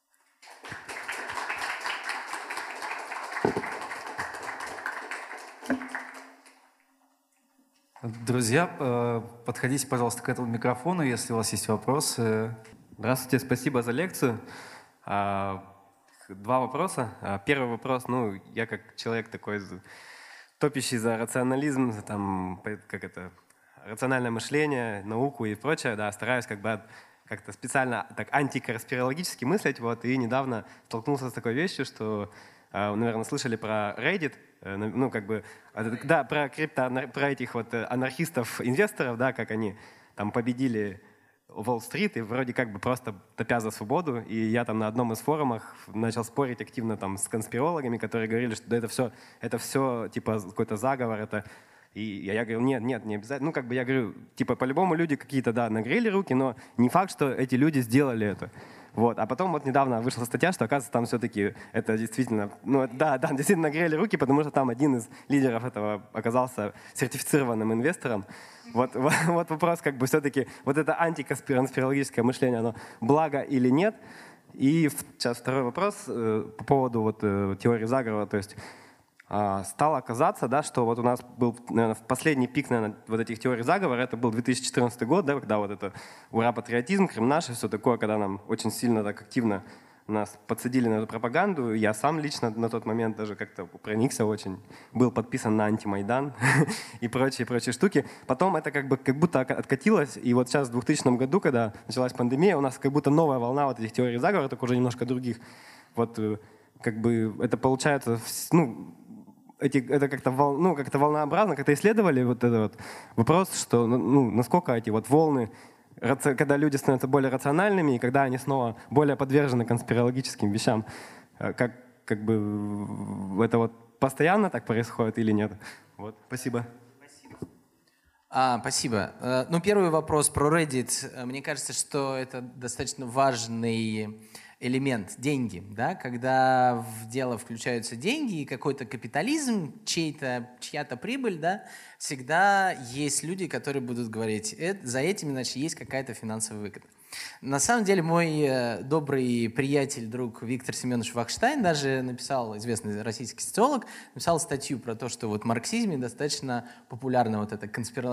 Друзья, подходите, пожалуйста, к этому микрофону, если у вас есть вопросы. Здравствуйте, спасибо за лекцию. Два вопроса. Первый вопрос, я как человек такой топящий за рационализм, рациональное мышление, науку и прочее, да, стараюсь как-то специально так антиконспирологически мыслить, и недавно столкнулся с такой вещью, что, наверное, слышали про Reddit, да, про этих анархистов-инвесторов, да, как они там победили Уолл-стрит и вроде как бы просто топя за свободу. И я там на одном из форумов начал спорить активно там с конспирологами, которые говорили, что это все типа какой-то заговор, И я говорю, нет, не обязательно. Я говорю, по-любому люди какие-то, да, нагрели руки, но не факт, что эти люди сделали это. А потом недавно вышла статья, что, оказывается, там все-таки это действительно, действительно нагрели руки, потому что там один из лидеров этого оказался сертифицированным инвестором. Вот вопрос, все-таки, это антиконспирологическое мышление, оно благо или нет? И сейчас второй вопрос по поводу теории заговора, то есть стало казаться, да, что у нас был, наверное, последний пик, наверное, этих теорий заговора, это был 2014 год, да, когда это ура-патриотизм, Крым-наш и все такое, когда нам очень сильно так активно нас подсадили на эту пропаганду. Я сам лично на тот момент даже как-то проникся очень, был подписан на антимайдан и прочие штуки. Потом это как будто откатилось, и сейчас в 2000 году, когда началась пандемия, у нас как будто новая волна этих теорий заговора, только уже немножко других. Это получается, это как-то волнообразно, как-то исследовали этот вопрос, что насколько эти волны, когда люди становятся более рациональными и когда они снова более подвержены конспирологическим вещам, это постоянно так происходит или нет? Спасибо. Спасибо. Первый вопрос про Reddit. Мне кажется, что это достаточно важный элемент – деньги. Да? Когда в дело включаются деньги и какой-то капитализм, чья-то прибыль, да, всегда есть люди, которые будут говорить, за этим, иначе есть какая-то финансовая выгода. На самом деле мой добрый приятель, друг Виктор Семенович Вахштайн даже написал, известный российский социолог, написал статью про то, что в марксизме достаточно популярна это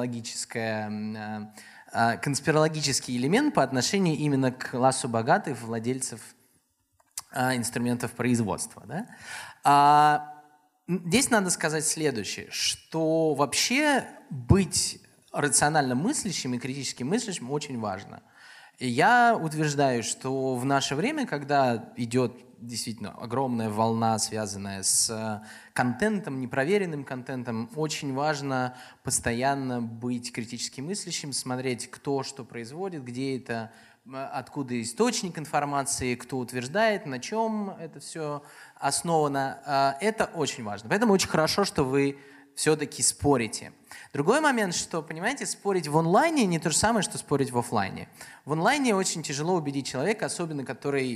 конспирологический элемент по отношению именно к классу богатых владельцев инструментов производства. Да? Здесь надо сказать следующее, что вообще быть рационально мыслящим и критически мыслящим очень важно. И я утверждаю, что в наше время, когда идет действительно огромная волна, связанная с контентом, непроверенным контентом, очень важно постоянно быть критически мыслящим, смотреть, кто что производит, где это, откуда источник информации, кто утверждает, на чем это все основано. Это очень важно. Поэтому очень хорошо, что вы все-таки спорите. Другой момент, что, понимаете, спорить в онлайне не то же самое, что спорить в офлайне. В онлайне очень тяжело убедить человека, особенно который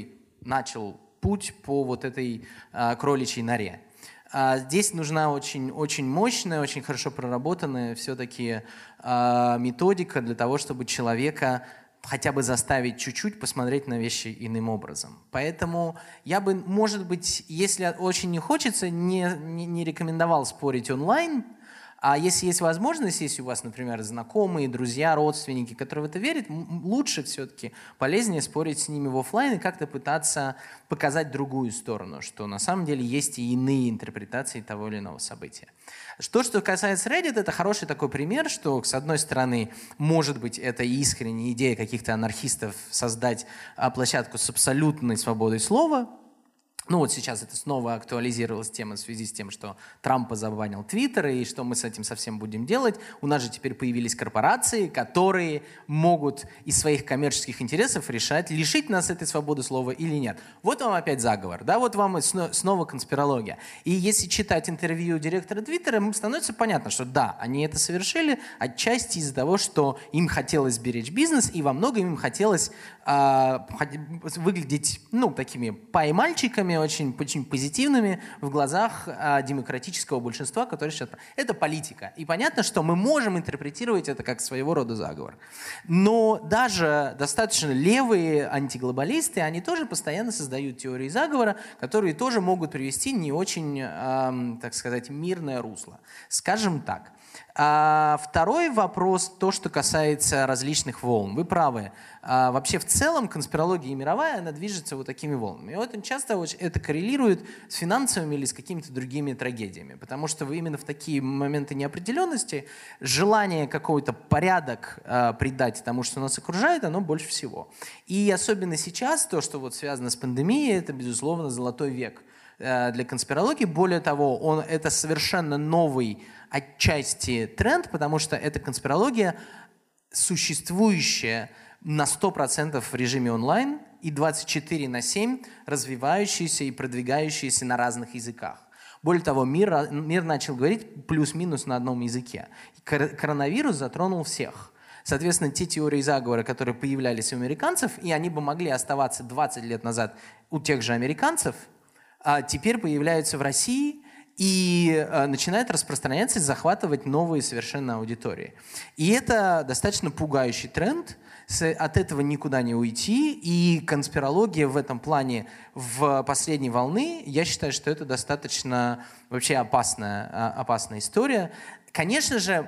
начал путь по вот этой кроличьей норе. Здесь нужна очень, очень мощная, очень хорошо проработанная все-таки методика для того, чтобы человека хотя бы заставить чуть-чуть посмотреть на вещи иным образом. Поэтому я бы, может быть, если очень не хочется, не рекомендовал спорить онлайн. А если есть возможность, если у вас, например, знакомые, друзья, родственники, которые в это верят, лучше все-таки, полезнее спорить с ними в офлайн и как-то пытаться показать другую сторону, что на самом деле есть и иные интерпретации того или иного события. Что касается Reddit, это хороший такой пример, что, с одной стороны, может быть, это искренняя идея каких-то анархистов создать площадку с абсолютной свободой слова. Ну вот сейчас это снова актуализировалась тема в связи с тем, что Трампа забанил Твиттер, и что мы с этим совсем будем делать. У нас же теперь появились корпорации, которые могут из своих коммерческих интересов решать, лишить нас этой свободы слова или нет. Вот вам опять заговор, да, вот вам снова конспирология. И если читать интервью директора Твиттера, становится понятно, что да, они это совершили отчасти из-за того, что им хотелось беречь бизнес, и во многом им хотелось выглядеть, ну, такими пай-мальчиками, очень, очень позитивными в глазах демократического большинства, которые сейчас... Это политика. И понятно, что мы можем интерпретировать это как своего рода заговор. Но даже достаточно левые антиглобалисты, они тоже постоянно создают теории заговора, которые тоже могут привести не очень, так сказать, мирное русло. Скажем так. Второй вопрос, то, что касается различных волн. Вы правы. Вообще в целом конспирология мировая, она движется вот такими волнами. И очень часто это коррелирует с финансовыми или с какими-то другими трагедиями. Потому что именно в такие моменты неопределенности желание какой-то порядок придать тому, что нас окружает, оно больше всего. И особенно сейчас то, что вот связано с пандемией, это, безусловно, золотой век для конспирологии. Более того, это совершенно новый отчасти тренд, потому что это конспирология, существующая на 100% в режиме онлайн и 24/7 развивающаяся и продвигающаяся на разных языках. Более того, мир начал говорить плюс-минус на одном языке. Коронавирус затронул всех. Соответственно, те теории заговора, которые появлялись у американцев, и они бы могли оставаться 20 лет назад у тех же американцев, теперь появляются в России и начинают распространяться и захватывать новые совершенно аудитории. И это достаточно пугающий тренд. От этого никуда не уйти. И конспирология в этом плане в последней волны, я считаю, что это достаточно вообще опасная история. Конечно же,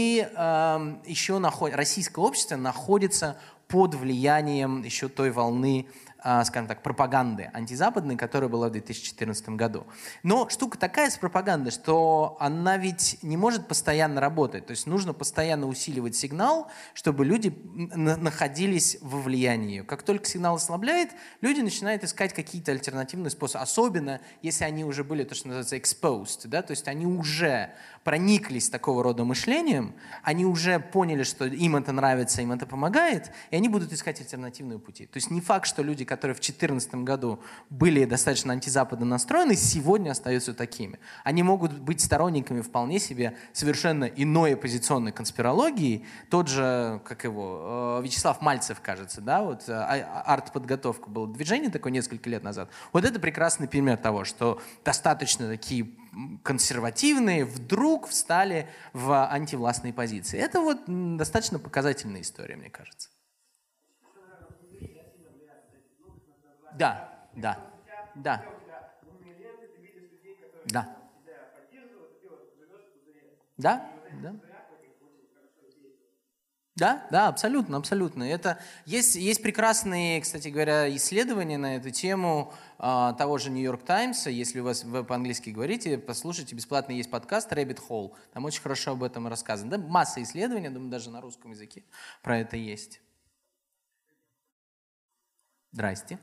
российское общество находится под влиянием еще той волны, скажем так, пропаганды антизападной, которая была в 2014 году. Но штука такая с пропагандой, что она ведь не может постоянно работать. То есть нужно постоянно усиливать сигнал, чтобы люди находились во влиянии. Как только сигнал ослабляет, люди начинают искать какие-то альтернативные способы. Особенно, если они уже были, то, что называется, exposed, да? То есть они уже прониклись такого рода мышлением, они уже поняли, что им это нравится, им это помогает, и они будут искать альтернативные пути. То есть не факт, что люди, которые в 2014 году были достаточно антизападно настроены, сегодня остаются такими. Они могут быть сторонниками вполне себе совершенно иной оппозиционной конспирологии. Тот же, как его, Вячеслав Мальцев, кажется, да, вот артподготовка было движение такое несколько лет назад. Вот это прекрасный пример того, что достаточно такие консервативные вдруг встали в антивластные позиции. Это вот достаточно показательная история, мне кажется. Да. Да, абсолютно. Это есть прекрасные, кстати говоря, исследования на эту тему того же New York Times. Если вы по-английски говорите, послушайте, бесплатно есть подкаст Rabbit Hole. Там очень хорошо об этом рассказано. Да, масса исследований, думаю, даже на русском языке про это есть. Здрасте.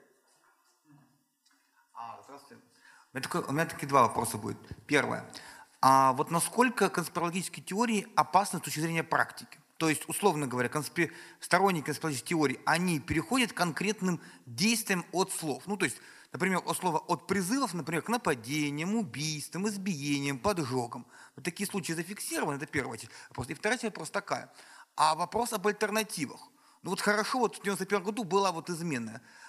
Здравствуйте. У меня такие два вопроса будет. Первое. А вот насколько конспирологические теории опасны с точки зрения практики? То есть, условно говоря, сторонники конспирологических теорий, они переходят к конкретным действиям от слов. Ну, то есть, например, от слова от призывов, например, к нападениям, убийствам, избиениям, поджогам. Вот такие случаи зафиксированы, это первый вопрос. И второй вопрос такая. А вопрос об альтернативах. Ну вот хорошо, вот в 1991 году была вот измена.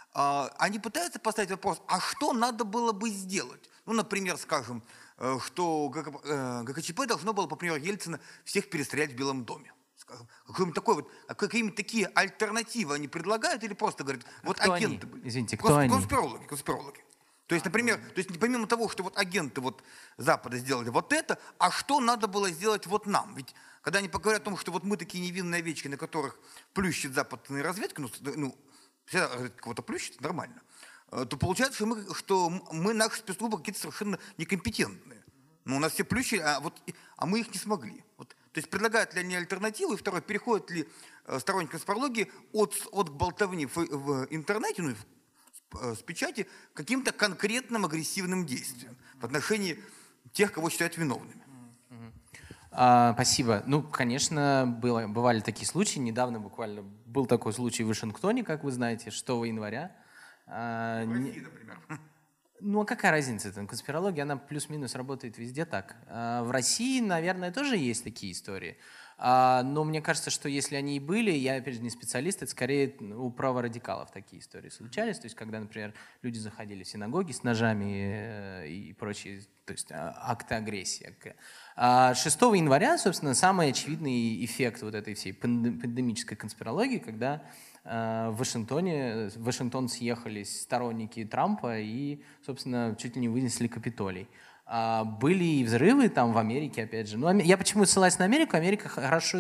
они пытаются поставить вопрос, а что надо было бы сделать? Ну, например, скажем, что ГКЧП должно было, по примеру Ельцина, всех перестрелять в Белом доме. Какой-нибудь такой вот, какие-нибудь такие альтернативы они предлагают или просто говорят, вот агенты были? Извините, кто они? Конспирологи. То есть, например, помимо того, что вот агенты вот Запада сделали вот это, а что надо было сделать вот нам? Ведь когда они поговорят о том, что вот мы такие невинные овечки, на которых плющит западная разведка, всегда кого-то плющит, нормально, то получается, что мы наши спецслужбы какие-то совершенно некомпетентные. У нас все плющили, а мы их не смогли. То есть предлагают ли они альтернативы? И второе, переходят ли сторонники конспирологии от болтовни в интернете, с печати, к каким-то конкретным агрессивным действиям в отношении тех, кого считают виновными? Спасибо. Ну, конечно, бывали такие случаи. Недавно буквально был такой случай в Вашингтоне, как вы знаете, 6 января. В России, например. Ну, а какая разница? Там конспирология, она плюс-минус работает везде так. В России, наверное, тоже есть такие истории. Но мне кажется, что если они и были, я, опять же, не специалист, это скорее у праворадикалов такие истории случались. То есть, когда, например, люди заходили в синагоги с ножами и прочие, то есть акты агрессии. 6 января, собственно, самый очевидный эффект вот этой всей пандемической конспирологии, когда в Вашингтон съехались сторонники Трампа и, собственно, чуть ли не вынесли Капитолий. Были и взрывы там в Америке, опять же. Но я почему ссылаюсь на Америку? Америка хорошо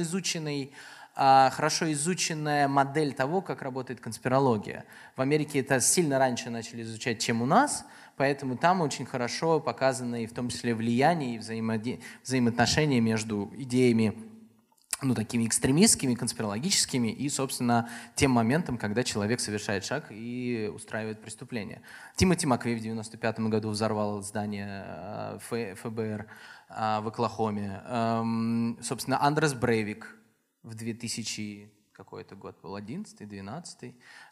изученная модель того, как работает конспирология. В Америке это сильно раньше начали изучать, чем у нас, поэтому там очень хорошо показано и в том числе влияние и взаимоотношения между идеями, такими экстремистскими, конспирологическими и, собственно, тем моментом, когда человек совершает шаг и устраивает преступление. Тимоти Маквей в 1995 году взорвал здание ФБР в Оклахоме. Собственно, Андрес Брейвик в 2000 какой-то год был, 11-12,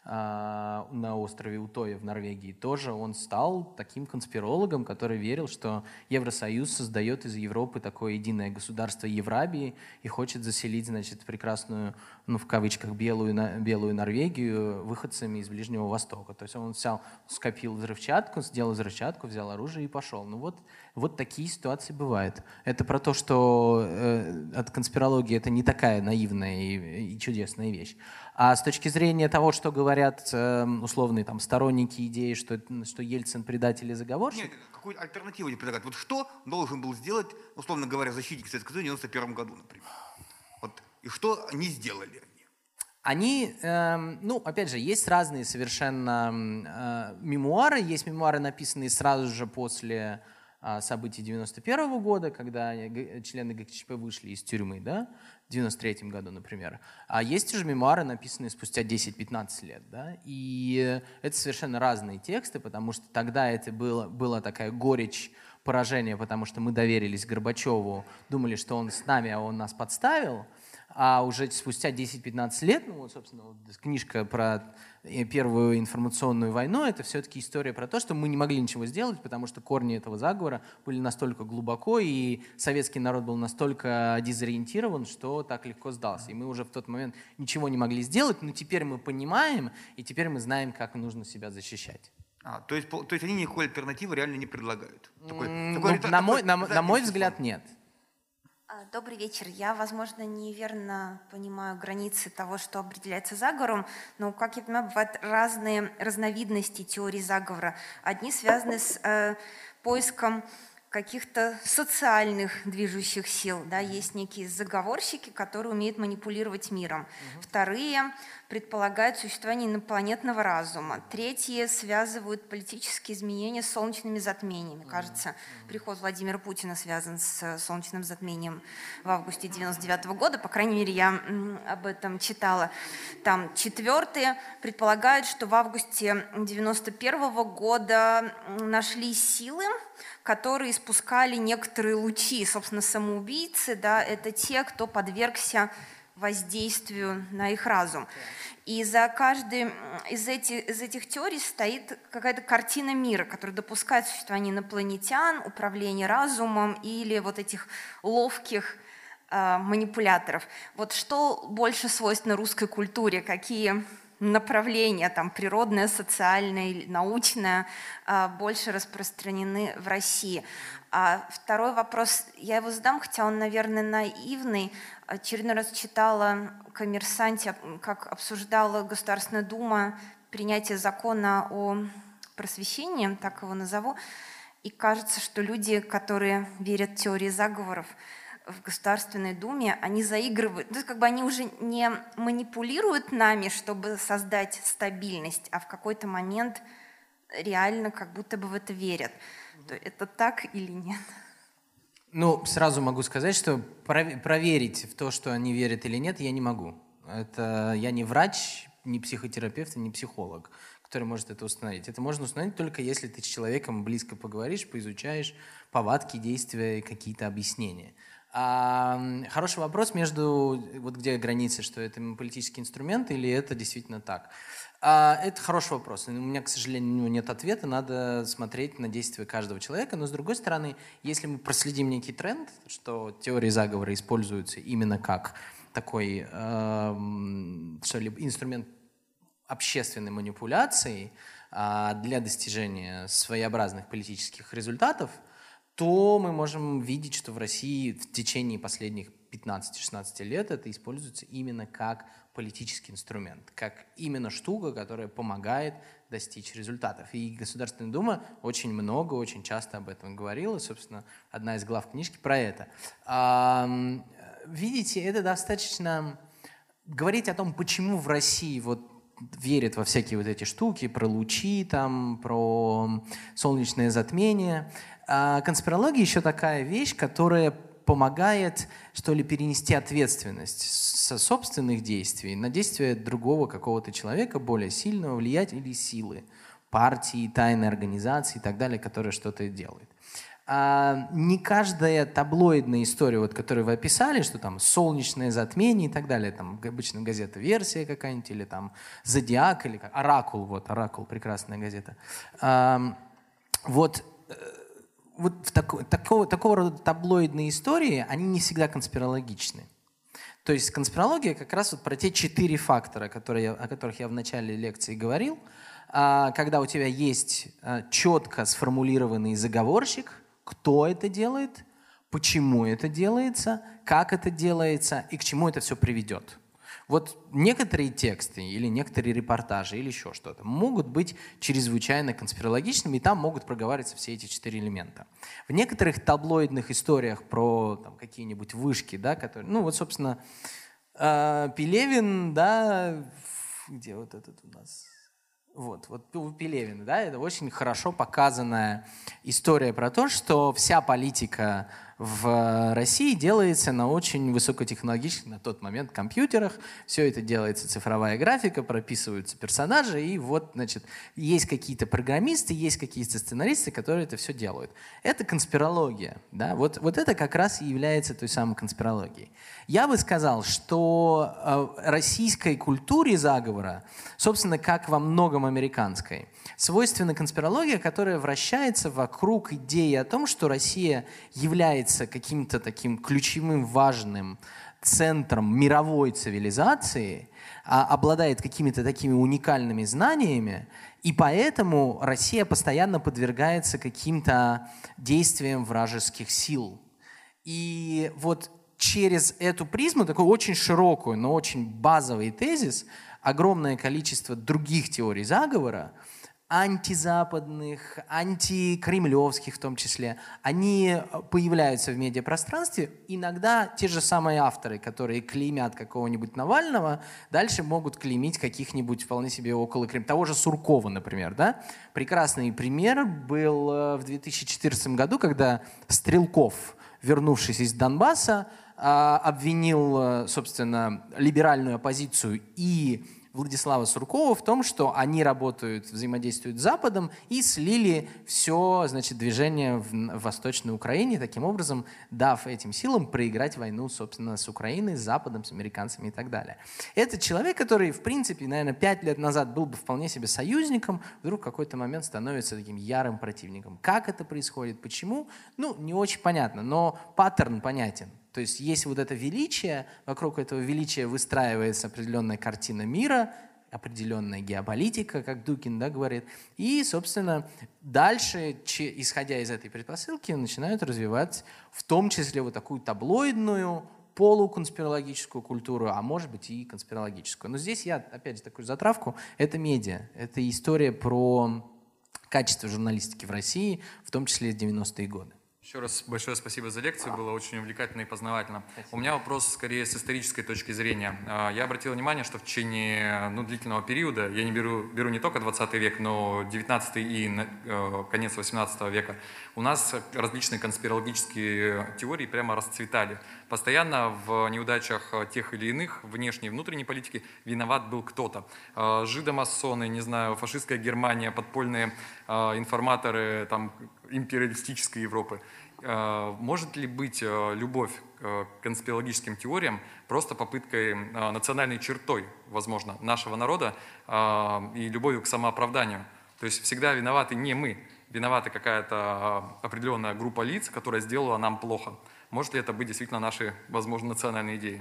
на острове Утоя в Норвегии тоже он стал таким конспирологом, который верил, что Евросоюз создает из Европы такое единое государство Еврабии и хочет заселить, значит, прекрасную, в кавычках, белую Норвегию выходцами из Ближнего Востока. То есть он скопил взрывчатку, сделал взрывчатку, взял оружие и пошел. Вот такие ситуации бывают. Это про то, что от конспирологии это не такая наивная и чудесная вещь. А с точки зрения того, что говорят условные там сторонники идеи, что Ельцин предатель и заговорщик. Нет, какую альтернативу не предлагают. Вот что должен был сделать, условно говоря, защитник Советского Союза в 1991 году, например? И что не сделали они? Они, опять же, есть разные совершенно мемуары. Есть мемуары, написанные сразу же после событий 1991 года, когда члены ГКЧП вышли из тюрьмы, да, в 1993 году, например. А есть уже мемуары, написанные спустя 10-15 лет. Да? И это совершенно разные тексты, потому что тогда это была такая горечь поражения, потому что мы доверились Горбачеву, думали, что он с нами, а он нас подставил. А уже спустя 10-15 лет, собственно, книжка про Первую информационную войну, это все-таки история про то, что мы не могли ничего сделать, потому что корни этого заговора были настолько глубоко, и советский народ был настолько дезориентирован, что так легко сдался. И мы уже в тот момент ничего не могли сделать, но теперь мы понимаем, и теперь мы знаем, как нужно себя защищать. То есть они никакой альтернативы реально не предлагают? На мой взгляд, нет. Добрый вечер. Я, возможно, неверно понимаю границы того, что определяется заговором, но, как я понимаю, бывают разные разновидности теории заговора. Одни связаны с поиском каких-то социальных движущих сил. Да? Есть некие заговорщики, которые умеют манипулировать миром. Вторые предполагают существование инопланетного разума. Третьи связывают политические изменения с солнечными затмениями. Кажется, приход Владимира Путина связан с солнечным затмением в августе 1999 года. По крайней мере, я об этом читала. Там четвертые предполагают, что в августе 1991 года нашлись силы, которые испускали некоторые лучи. Собственно, самоубийцы, да, это те, кто подвергся воздействию на их разум. И за каждой из этих теорий стоит какая-то картина мира, которая допускает существование инопланетян, управление разумом или вот этих ловких манипуляторов. Вот что больше свойственно русской культуре? Какие направления, там, природное, социальное, научное, больше распространены в России. А второй вопрос, я его задам, хотя он, наверное, наивный. Очередной раз читала в «Коммерсанте», как обсуждала Государственная Дума принятие закона о просвещении, так его назову. И кажется, что люди, которые верят в теории заговоров, в Государственной Думе, они заигрывают, то есть как бы они уже не манипулируют нами, чтобы создать стабильность, а в какой-то момент реально как будто бы в это верят. Это так или нет? Ну, сразу могу сказать, что проверить в то, что они верят или нет, я не могу. Я не врач, не психотерапевт, не психолог, который может это установить. Это можно установить только если ты с человеком близко поговоришь, поизучаешь повадки, действия и какие-то объяснения. Хороший вопрос между, вот где граница, что это политический инструмент или это действительно так. Это хороший вопрос. У меня, к сожалению, нет ответа. Надо смотреть на действия каждого человека. Но, с другой стороны, если мы проследим некий тренд, что теории заговора используются именно как такой инструмент общественной манипуляции для достижения своеобразных политических результатов, то мы можем видеть, что в России в течение последних 15-16 лет это используется именно как политический инструмент, как именно штука, которая помогает достичь результатов. И Государственная Дума очень много, очень часто об этом говорила. Собственно, одна из глав книжки про это. Видите, это достаточно... Говорить о том, почему в России вот верят во всякие вот эти штуки, про лучи, там, про солнечное затмение. Конспирология еще такая вещь, которая помогает, что ли, перенести ответственность со собственных действий на действия другого какого-то человека, более сильного, влиятельного или силы, партии, тайной организации и так далее, которая что-то делает. Не каждая таблоидная история, вот, которую вы описали, что там солнечное затмение и так далее, там обычно газета «Версия» какая-нибудь, или там «Зодиак», или «Оракул», вот «Оракул», прекрасная газета. Вот такого рода таблоидные истории, они не всегда конспирологичны. То есть конспирология как раз вот про те 4 фактора, о которых я в начале лекции говорил, когда у тебя есть четко сформулированный заговорщик, кто это делает, почему это делается, как это делается и к чему это все приведет. Вот некоторые тексты или некоторые репортажи или еще что-то могут быть чрезвычайно конспирологичными, и там могут проговариваться все эти 4 элемента. В некоторых таблоидных историях про там, какие-нибудь вышки, да, которые, ну вот, собственно, Пелевин, да, где вот этот у нас... Вот у Пелевина, да, это очень хорошо показанная история про то, что вся политика в России делается на очень высокотехнологичных на тот момент компьютерах. Все это делается цифровая графика, прописываются персонажи, и вот, значит, есть какие-то программисты, есть какие-то сценаристы, которые это все делают. Это конспирология, да, вот это как раз и является той самой конспирологией. Я бы сказал, что российской культуре заговора, собственно, как во многом американской, свойственна конспирология, которая вращается вокруг идеи о том, что Россия является каким-то таким ключевым, важным центром мировой цивилизации, обладает какими-то такими уникальными знаниями, и поэтому Россия постоянно подвергается каким-то действиям вражеских сил. И вот через эту призму, такую очень широкую, но очень базовый тезис, огромное количество других теорий заговора, антизападных, антикремлевских в том числе, они появляются в медиапространстве. Иногда те же самые авторы, которые клеймят какого-нибудь Навального, дальше могут клеймить каких-нибудь вполне себе около Кремля. Того же Суркова, например. Да? Прекрасный пример был в 2014 году, когда Стрелков, вернувшись из Донбасса, обвинил, собственно, либеральную оппозицию и Владислава Суркова в том, что они работают, взаимодействуют с Западом и слили все, значит, движение в Восточной Украине, таким образом дав этим силам проиграть войну, собственно, с Украиной, с Западом, с американцами и так далее. Это человек, который, в принципе, наверное, 5 лет назад был бы вполне себе союзником, вдруг в какой-то момент становится таким ярым противником. Как это происходит, почему? Ну, не очень понятно, но паттерн понятен. То есть есть вот это величие, вокруг этого величия выстраивается определенная картина мира, определенная геополитика, как Дукин, да, говорит. И, собственно, дальше, исходя из этой предпосылки, начинают развивать в том числе вот такую таблоидную, полуконспирологическую культуру, а может быть и конспирологическую. Но здесь я, опять же, такую затравку. Это медиа, это история про качество журналистики в России, в том числе в 90-е годы. Еще раз большое спасибо за лекцию, было очень увлекательно и познавательно. У меня вопрос скорее с исторической точки зрения. Я обратил внимание, что в течение длительного периода, я не беру не только 20 век, но 19 и конец 18 века, у нас различные конспирологические теории прямо расцветали. Постоянно в неудачах тех или иных внешней и внутренней политики виноват был кто-то. Жидомасоны, не знаю, фашистская Германия, подпольные информаторы там, империалистической Европы. Может ли быть любовь к конспирологическим теориям просто попыткой национальной чертой, возможно, нашего народа и любовью к самооправданию? То есть всегда виноваты не мы, виновата какая-то определенная группа лиц, которая сделала нам плохо. Может ли это быть действительно нашей, возможно, национальной идеей?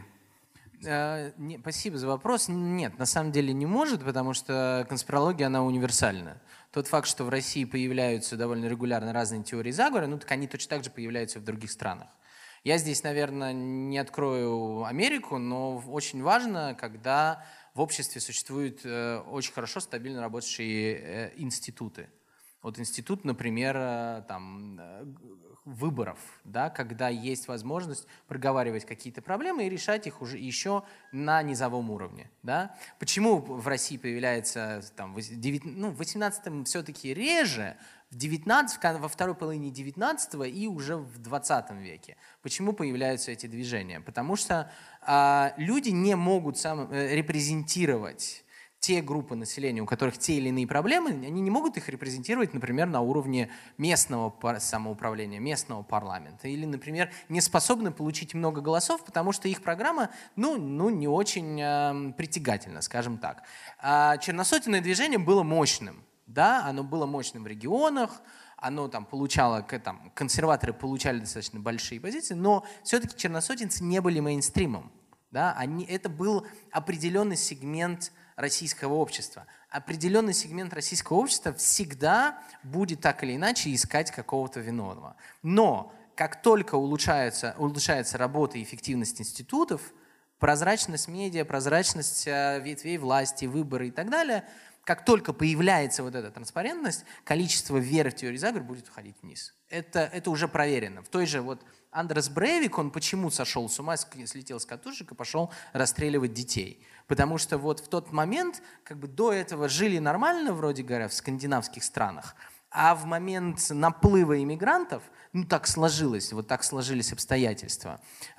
Спасибо за вопрос. Нет, на самом деле не может, потому что конспирология, она универсальна. Тот факт, что в России появляются довольно регулярно разные теории заговора, ну так они точно так же появляются и в других странах. Я здесь, наверное, не открою Америку, но очень важно, когда в обществе существуют очень хорошо, стабильно работающие институты. Вот институт, например, там, выборов, да, когда есть возможность проговаривать какие-то проблемы и решать их уже еще на низовом уровне. Да. Почему в России появляется там, в 18-м все-таки реже, во второй половине 19-го и уже в 20 веке? Почему появляются эти движения? Потому что люди не могут репрезентировать те группы населения, у которых те или иные проблемы, они не могут их репрезентировать, например, на уровне местного самоуправления, местного парламента. Или, например, не способны получить много голосов, потому что их программа не очень притягательна, скажем так. Черносотенное движение было мощным. Да, оно было мощным в регионах, оно там получало, консерваторы получали достаточно большие позиции, но все-таки черносотенцы не были мейнстримом. Да? Это был определенный сегмент российского общества. Определенный сегмент российского общества всегда будет так или иначе искать какого-то виновного. Но как только улучшается работа и эффективность институтов, прозрачность медиа, прозрачность ветвей власти, выборы и так далее, как только появляется вот эта транспарентность, количество веры в теорию заговора будет уходить вниз. Это уже проверено. В той же Андрес Брейвик, он почему сошел с ума, слетел с катушек и пошел расстреливать детей? Потому что вот в тот момент, до этого жили нормально, вроде говоря, в скандинавских странах, а в момент наплыва иммигрантов, так сложилось, вот так сложились обстоятельства,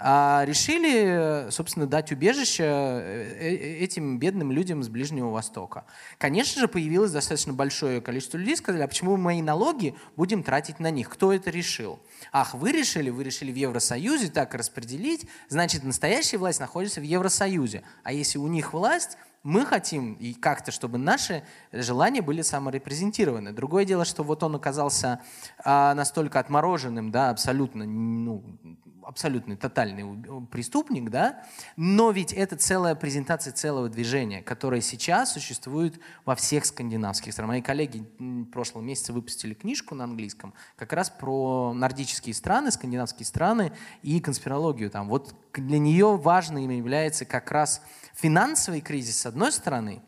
решили, собственно, дать убежище этим бедным людям с Ближнего Востока. Конечно же, появилось достаточно большое количество людей, сказали, а почему мы мои налоги будем тратить на них? Кто это решил? Ах, вы решили в Евросоюзе так распределить, значит, настоящая власть находится в Евросоюзе. А если у них власть, мы хотим и как-то, чтобы наши желания были саморепрезентированы. Другое дело, что вот он оказался настолько отмороженным, да, абсолютный тотальный преступник, да, но ведь это целая презентация целого движения, которое сейчас существует во всех скандинавских странах. Мои коллеги в прошлом месяце выпустили книжку на английском как раз про нордические страны, скандинавские страны и конспирологию. Там. Вот для нее важным является как раз финансовый кризис с одной стороны,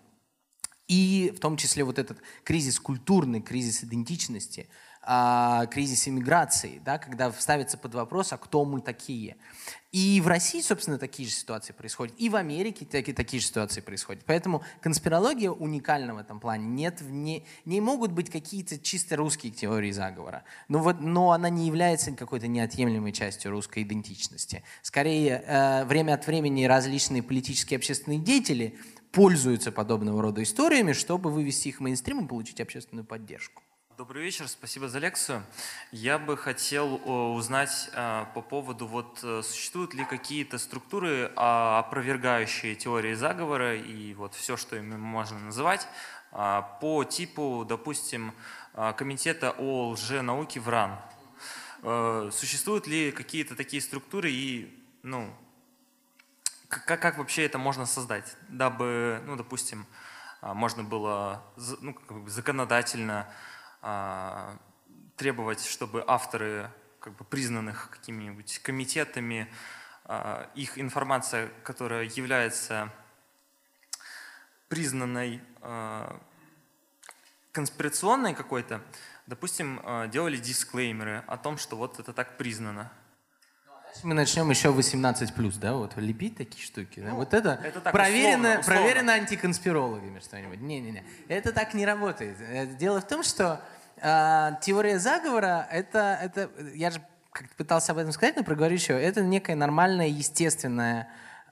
и в том числе вот этот кризис культурный, кризис идентичности, кризис иммиграции, да, когда ставится под вопрос, а кто мы такие. И в России, собственно, такие же ситуации происходят, и в Америке такие же ситуации происходят. Поэтому конспирология уникальна в этом плане. Не могут быть какие-то чисто русские теории заговора, но она не является какой-то неотъемлемой частью русской идентичности. Скорее, время от времени различные политические и общественные деятели пользуются подобного рода историями, чтобы вывести их в мейнстрим и получить общественную поддержку. Добрый вечер, спасибо за лекцию. Я бы хотел узнать по поводу, существуют ли какие-то структуры, опровергающие теории заговора и все, что ими можно называть, по типу, допустим, комитета о лженауке в РАН. Существуют ли какие-то такие структуры и, как вообще это можно создать, дабы, допустим, можно было ну, как бы законодательно требовать, чтобы авторы как бы признанных какими-нибудь комитетами, их информация, которая является признанной конспирационной какой-то, допустим, делали дисклеймеры о том, что вот это так признано. Мы начнем еще 18+, да, вот лепить такие штуки. Да? Вот это так, проверено, условно. проверено антиконспирологами что-нибудь. Не-не-не, это так не работает. Дело в том, что теория заговора, это я же как-то пытался об этом сказать, но проговорю еще, это некая нормальная, естественная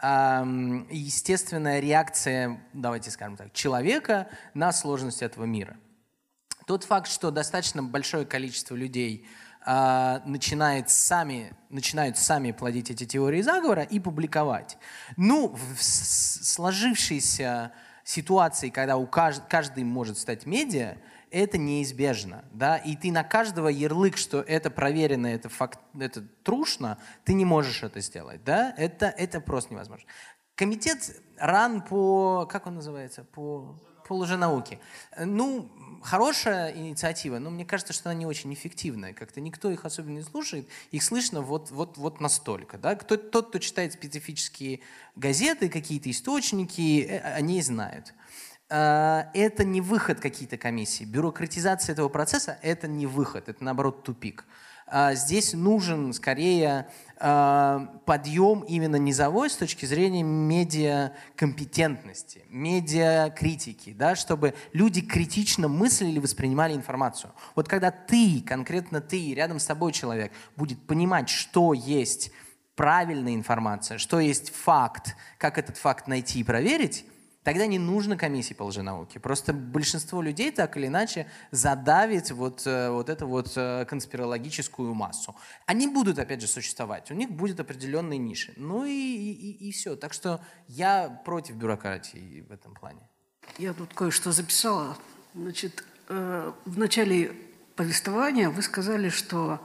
реакция, давайте скажем так, человека на сложность этого мира. Тот факт, что достаточно большое количество людей начинают сами плодить эти теории заговора и публиковать. Ну, в сложившейся ситуации, когда каждый может стать медиа, это неизбежно, да, и ты на каждого ярлык, что это проверено, это факт, это трушно, ты не можешь это сделать, да, это просто невозможно. Комитет РАН по, как он называется, по лженауке. Ну, хорошая инициатива, но мне кажется, что она не очень эффективная. Как-то никто их особенно не слушает, их слышно вот настолько. Да? Тот, кто читает специфические газеты, какие-то источники, они знают. Это не выход какие-то комиссии. Бюрократизация этого процесса – это не выход, это, наоборот, тупик. Здесь нужен, скорее, подъем именно низовой с точки зрения медиакомпетентности, медиакритики, да, чтобы люди критично мыслили и воспринимали информацию. Вот когда ты, конкретно ты, рядом с тобой человек, будет понимать, что есть правильная информация, что есть факт, как этот факт найти и проверить, тогда не нужно комиссии по лженауке. Просто большинство людей так или иначе задавит вот эту конспирологическую массу. Они будут, опять же, существовать. У них будет определенные ниши. Ну и все. Так что я против бюрократии в этом плане. Я тут кое-что записала. Значит, в начале повествования вы сказали, что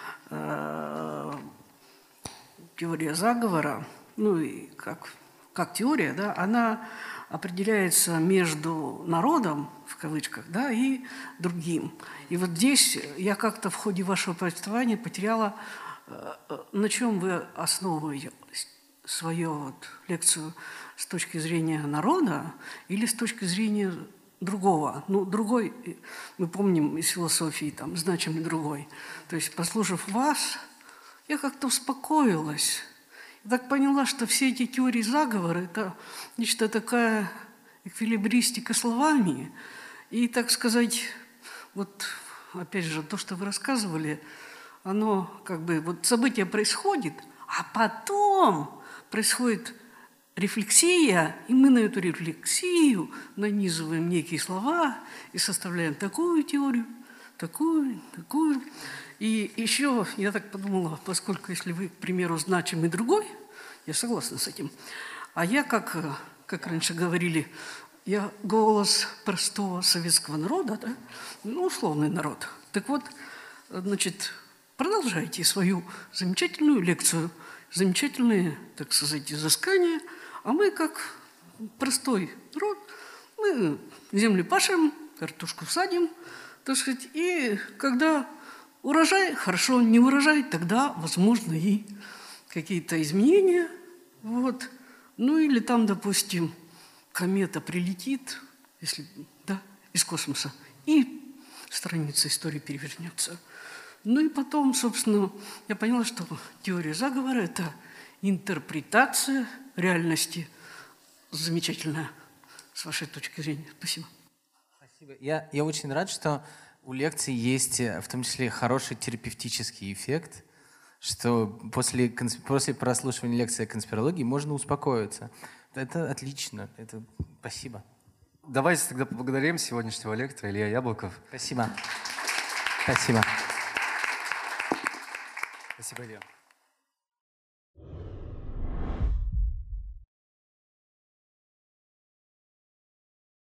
теория заговора, ну и как теория, да, она определяется между народом, в кавычках, да, и другим. И вот здесь я как-то в ходе вашего повествования потеряла, на чем вы основываете свою лекцию с точки зрения народа или с точки зрения другого. Ну, другой, мы помним из философии, там, значимый другой. То есть, послушав вас, я как-то успокоилась. Так поняла, что все эти теории заговора – это нечто такая эквилибристика словами. И, так сказать, вот опять же, то, что вы рассказывали, оно как бы, вот событие происходит, а потом происходит рефлексия, и мы на эту рефлексию нанизываем некие слова и составляем такую теорию, такую. И еще я так подумала, поскольку если вы, к примеру, значимый другой, я согласна с этим, а я, как раньше говорили, я голос простого советского народа, да? Ну, условный народ. Так вот, значит, продолжайте свою замечательную лекцию, замечательные, так сказать, изыскания, а мы, как простой народ, мы землю пашем, картошку садим, так сказать, и когда урожай, хорошо, не урожай, тогда, возможно, и какие-то изменения. Вот. Ну или там, допустим, комета прилетит, если, да, из космоса, и страница истории перевернется. Ну и потом, собственно, я поняла, что теория заговора – это интерпретация реальности. Замечательная, с вашей точки зрения. Спасибо. Спасибо. Я очень рад, что у лекции есть в том числе хороший терапевтический эффект, что после прослушивания лекции о конспирологии можно успокоиться. Это отлично. Спасибо. Давайте тогда поблагодарим сегодняшнего лектора Илья Яблоков. Спасибо. Спасибо. Спасибо, Илья.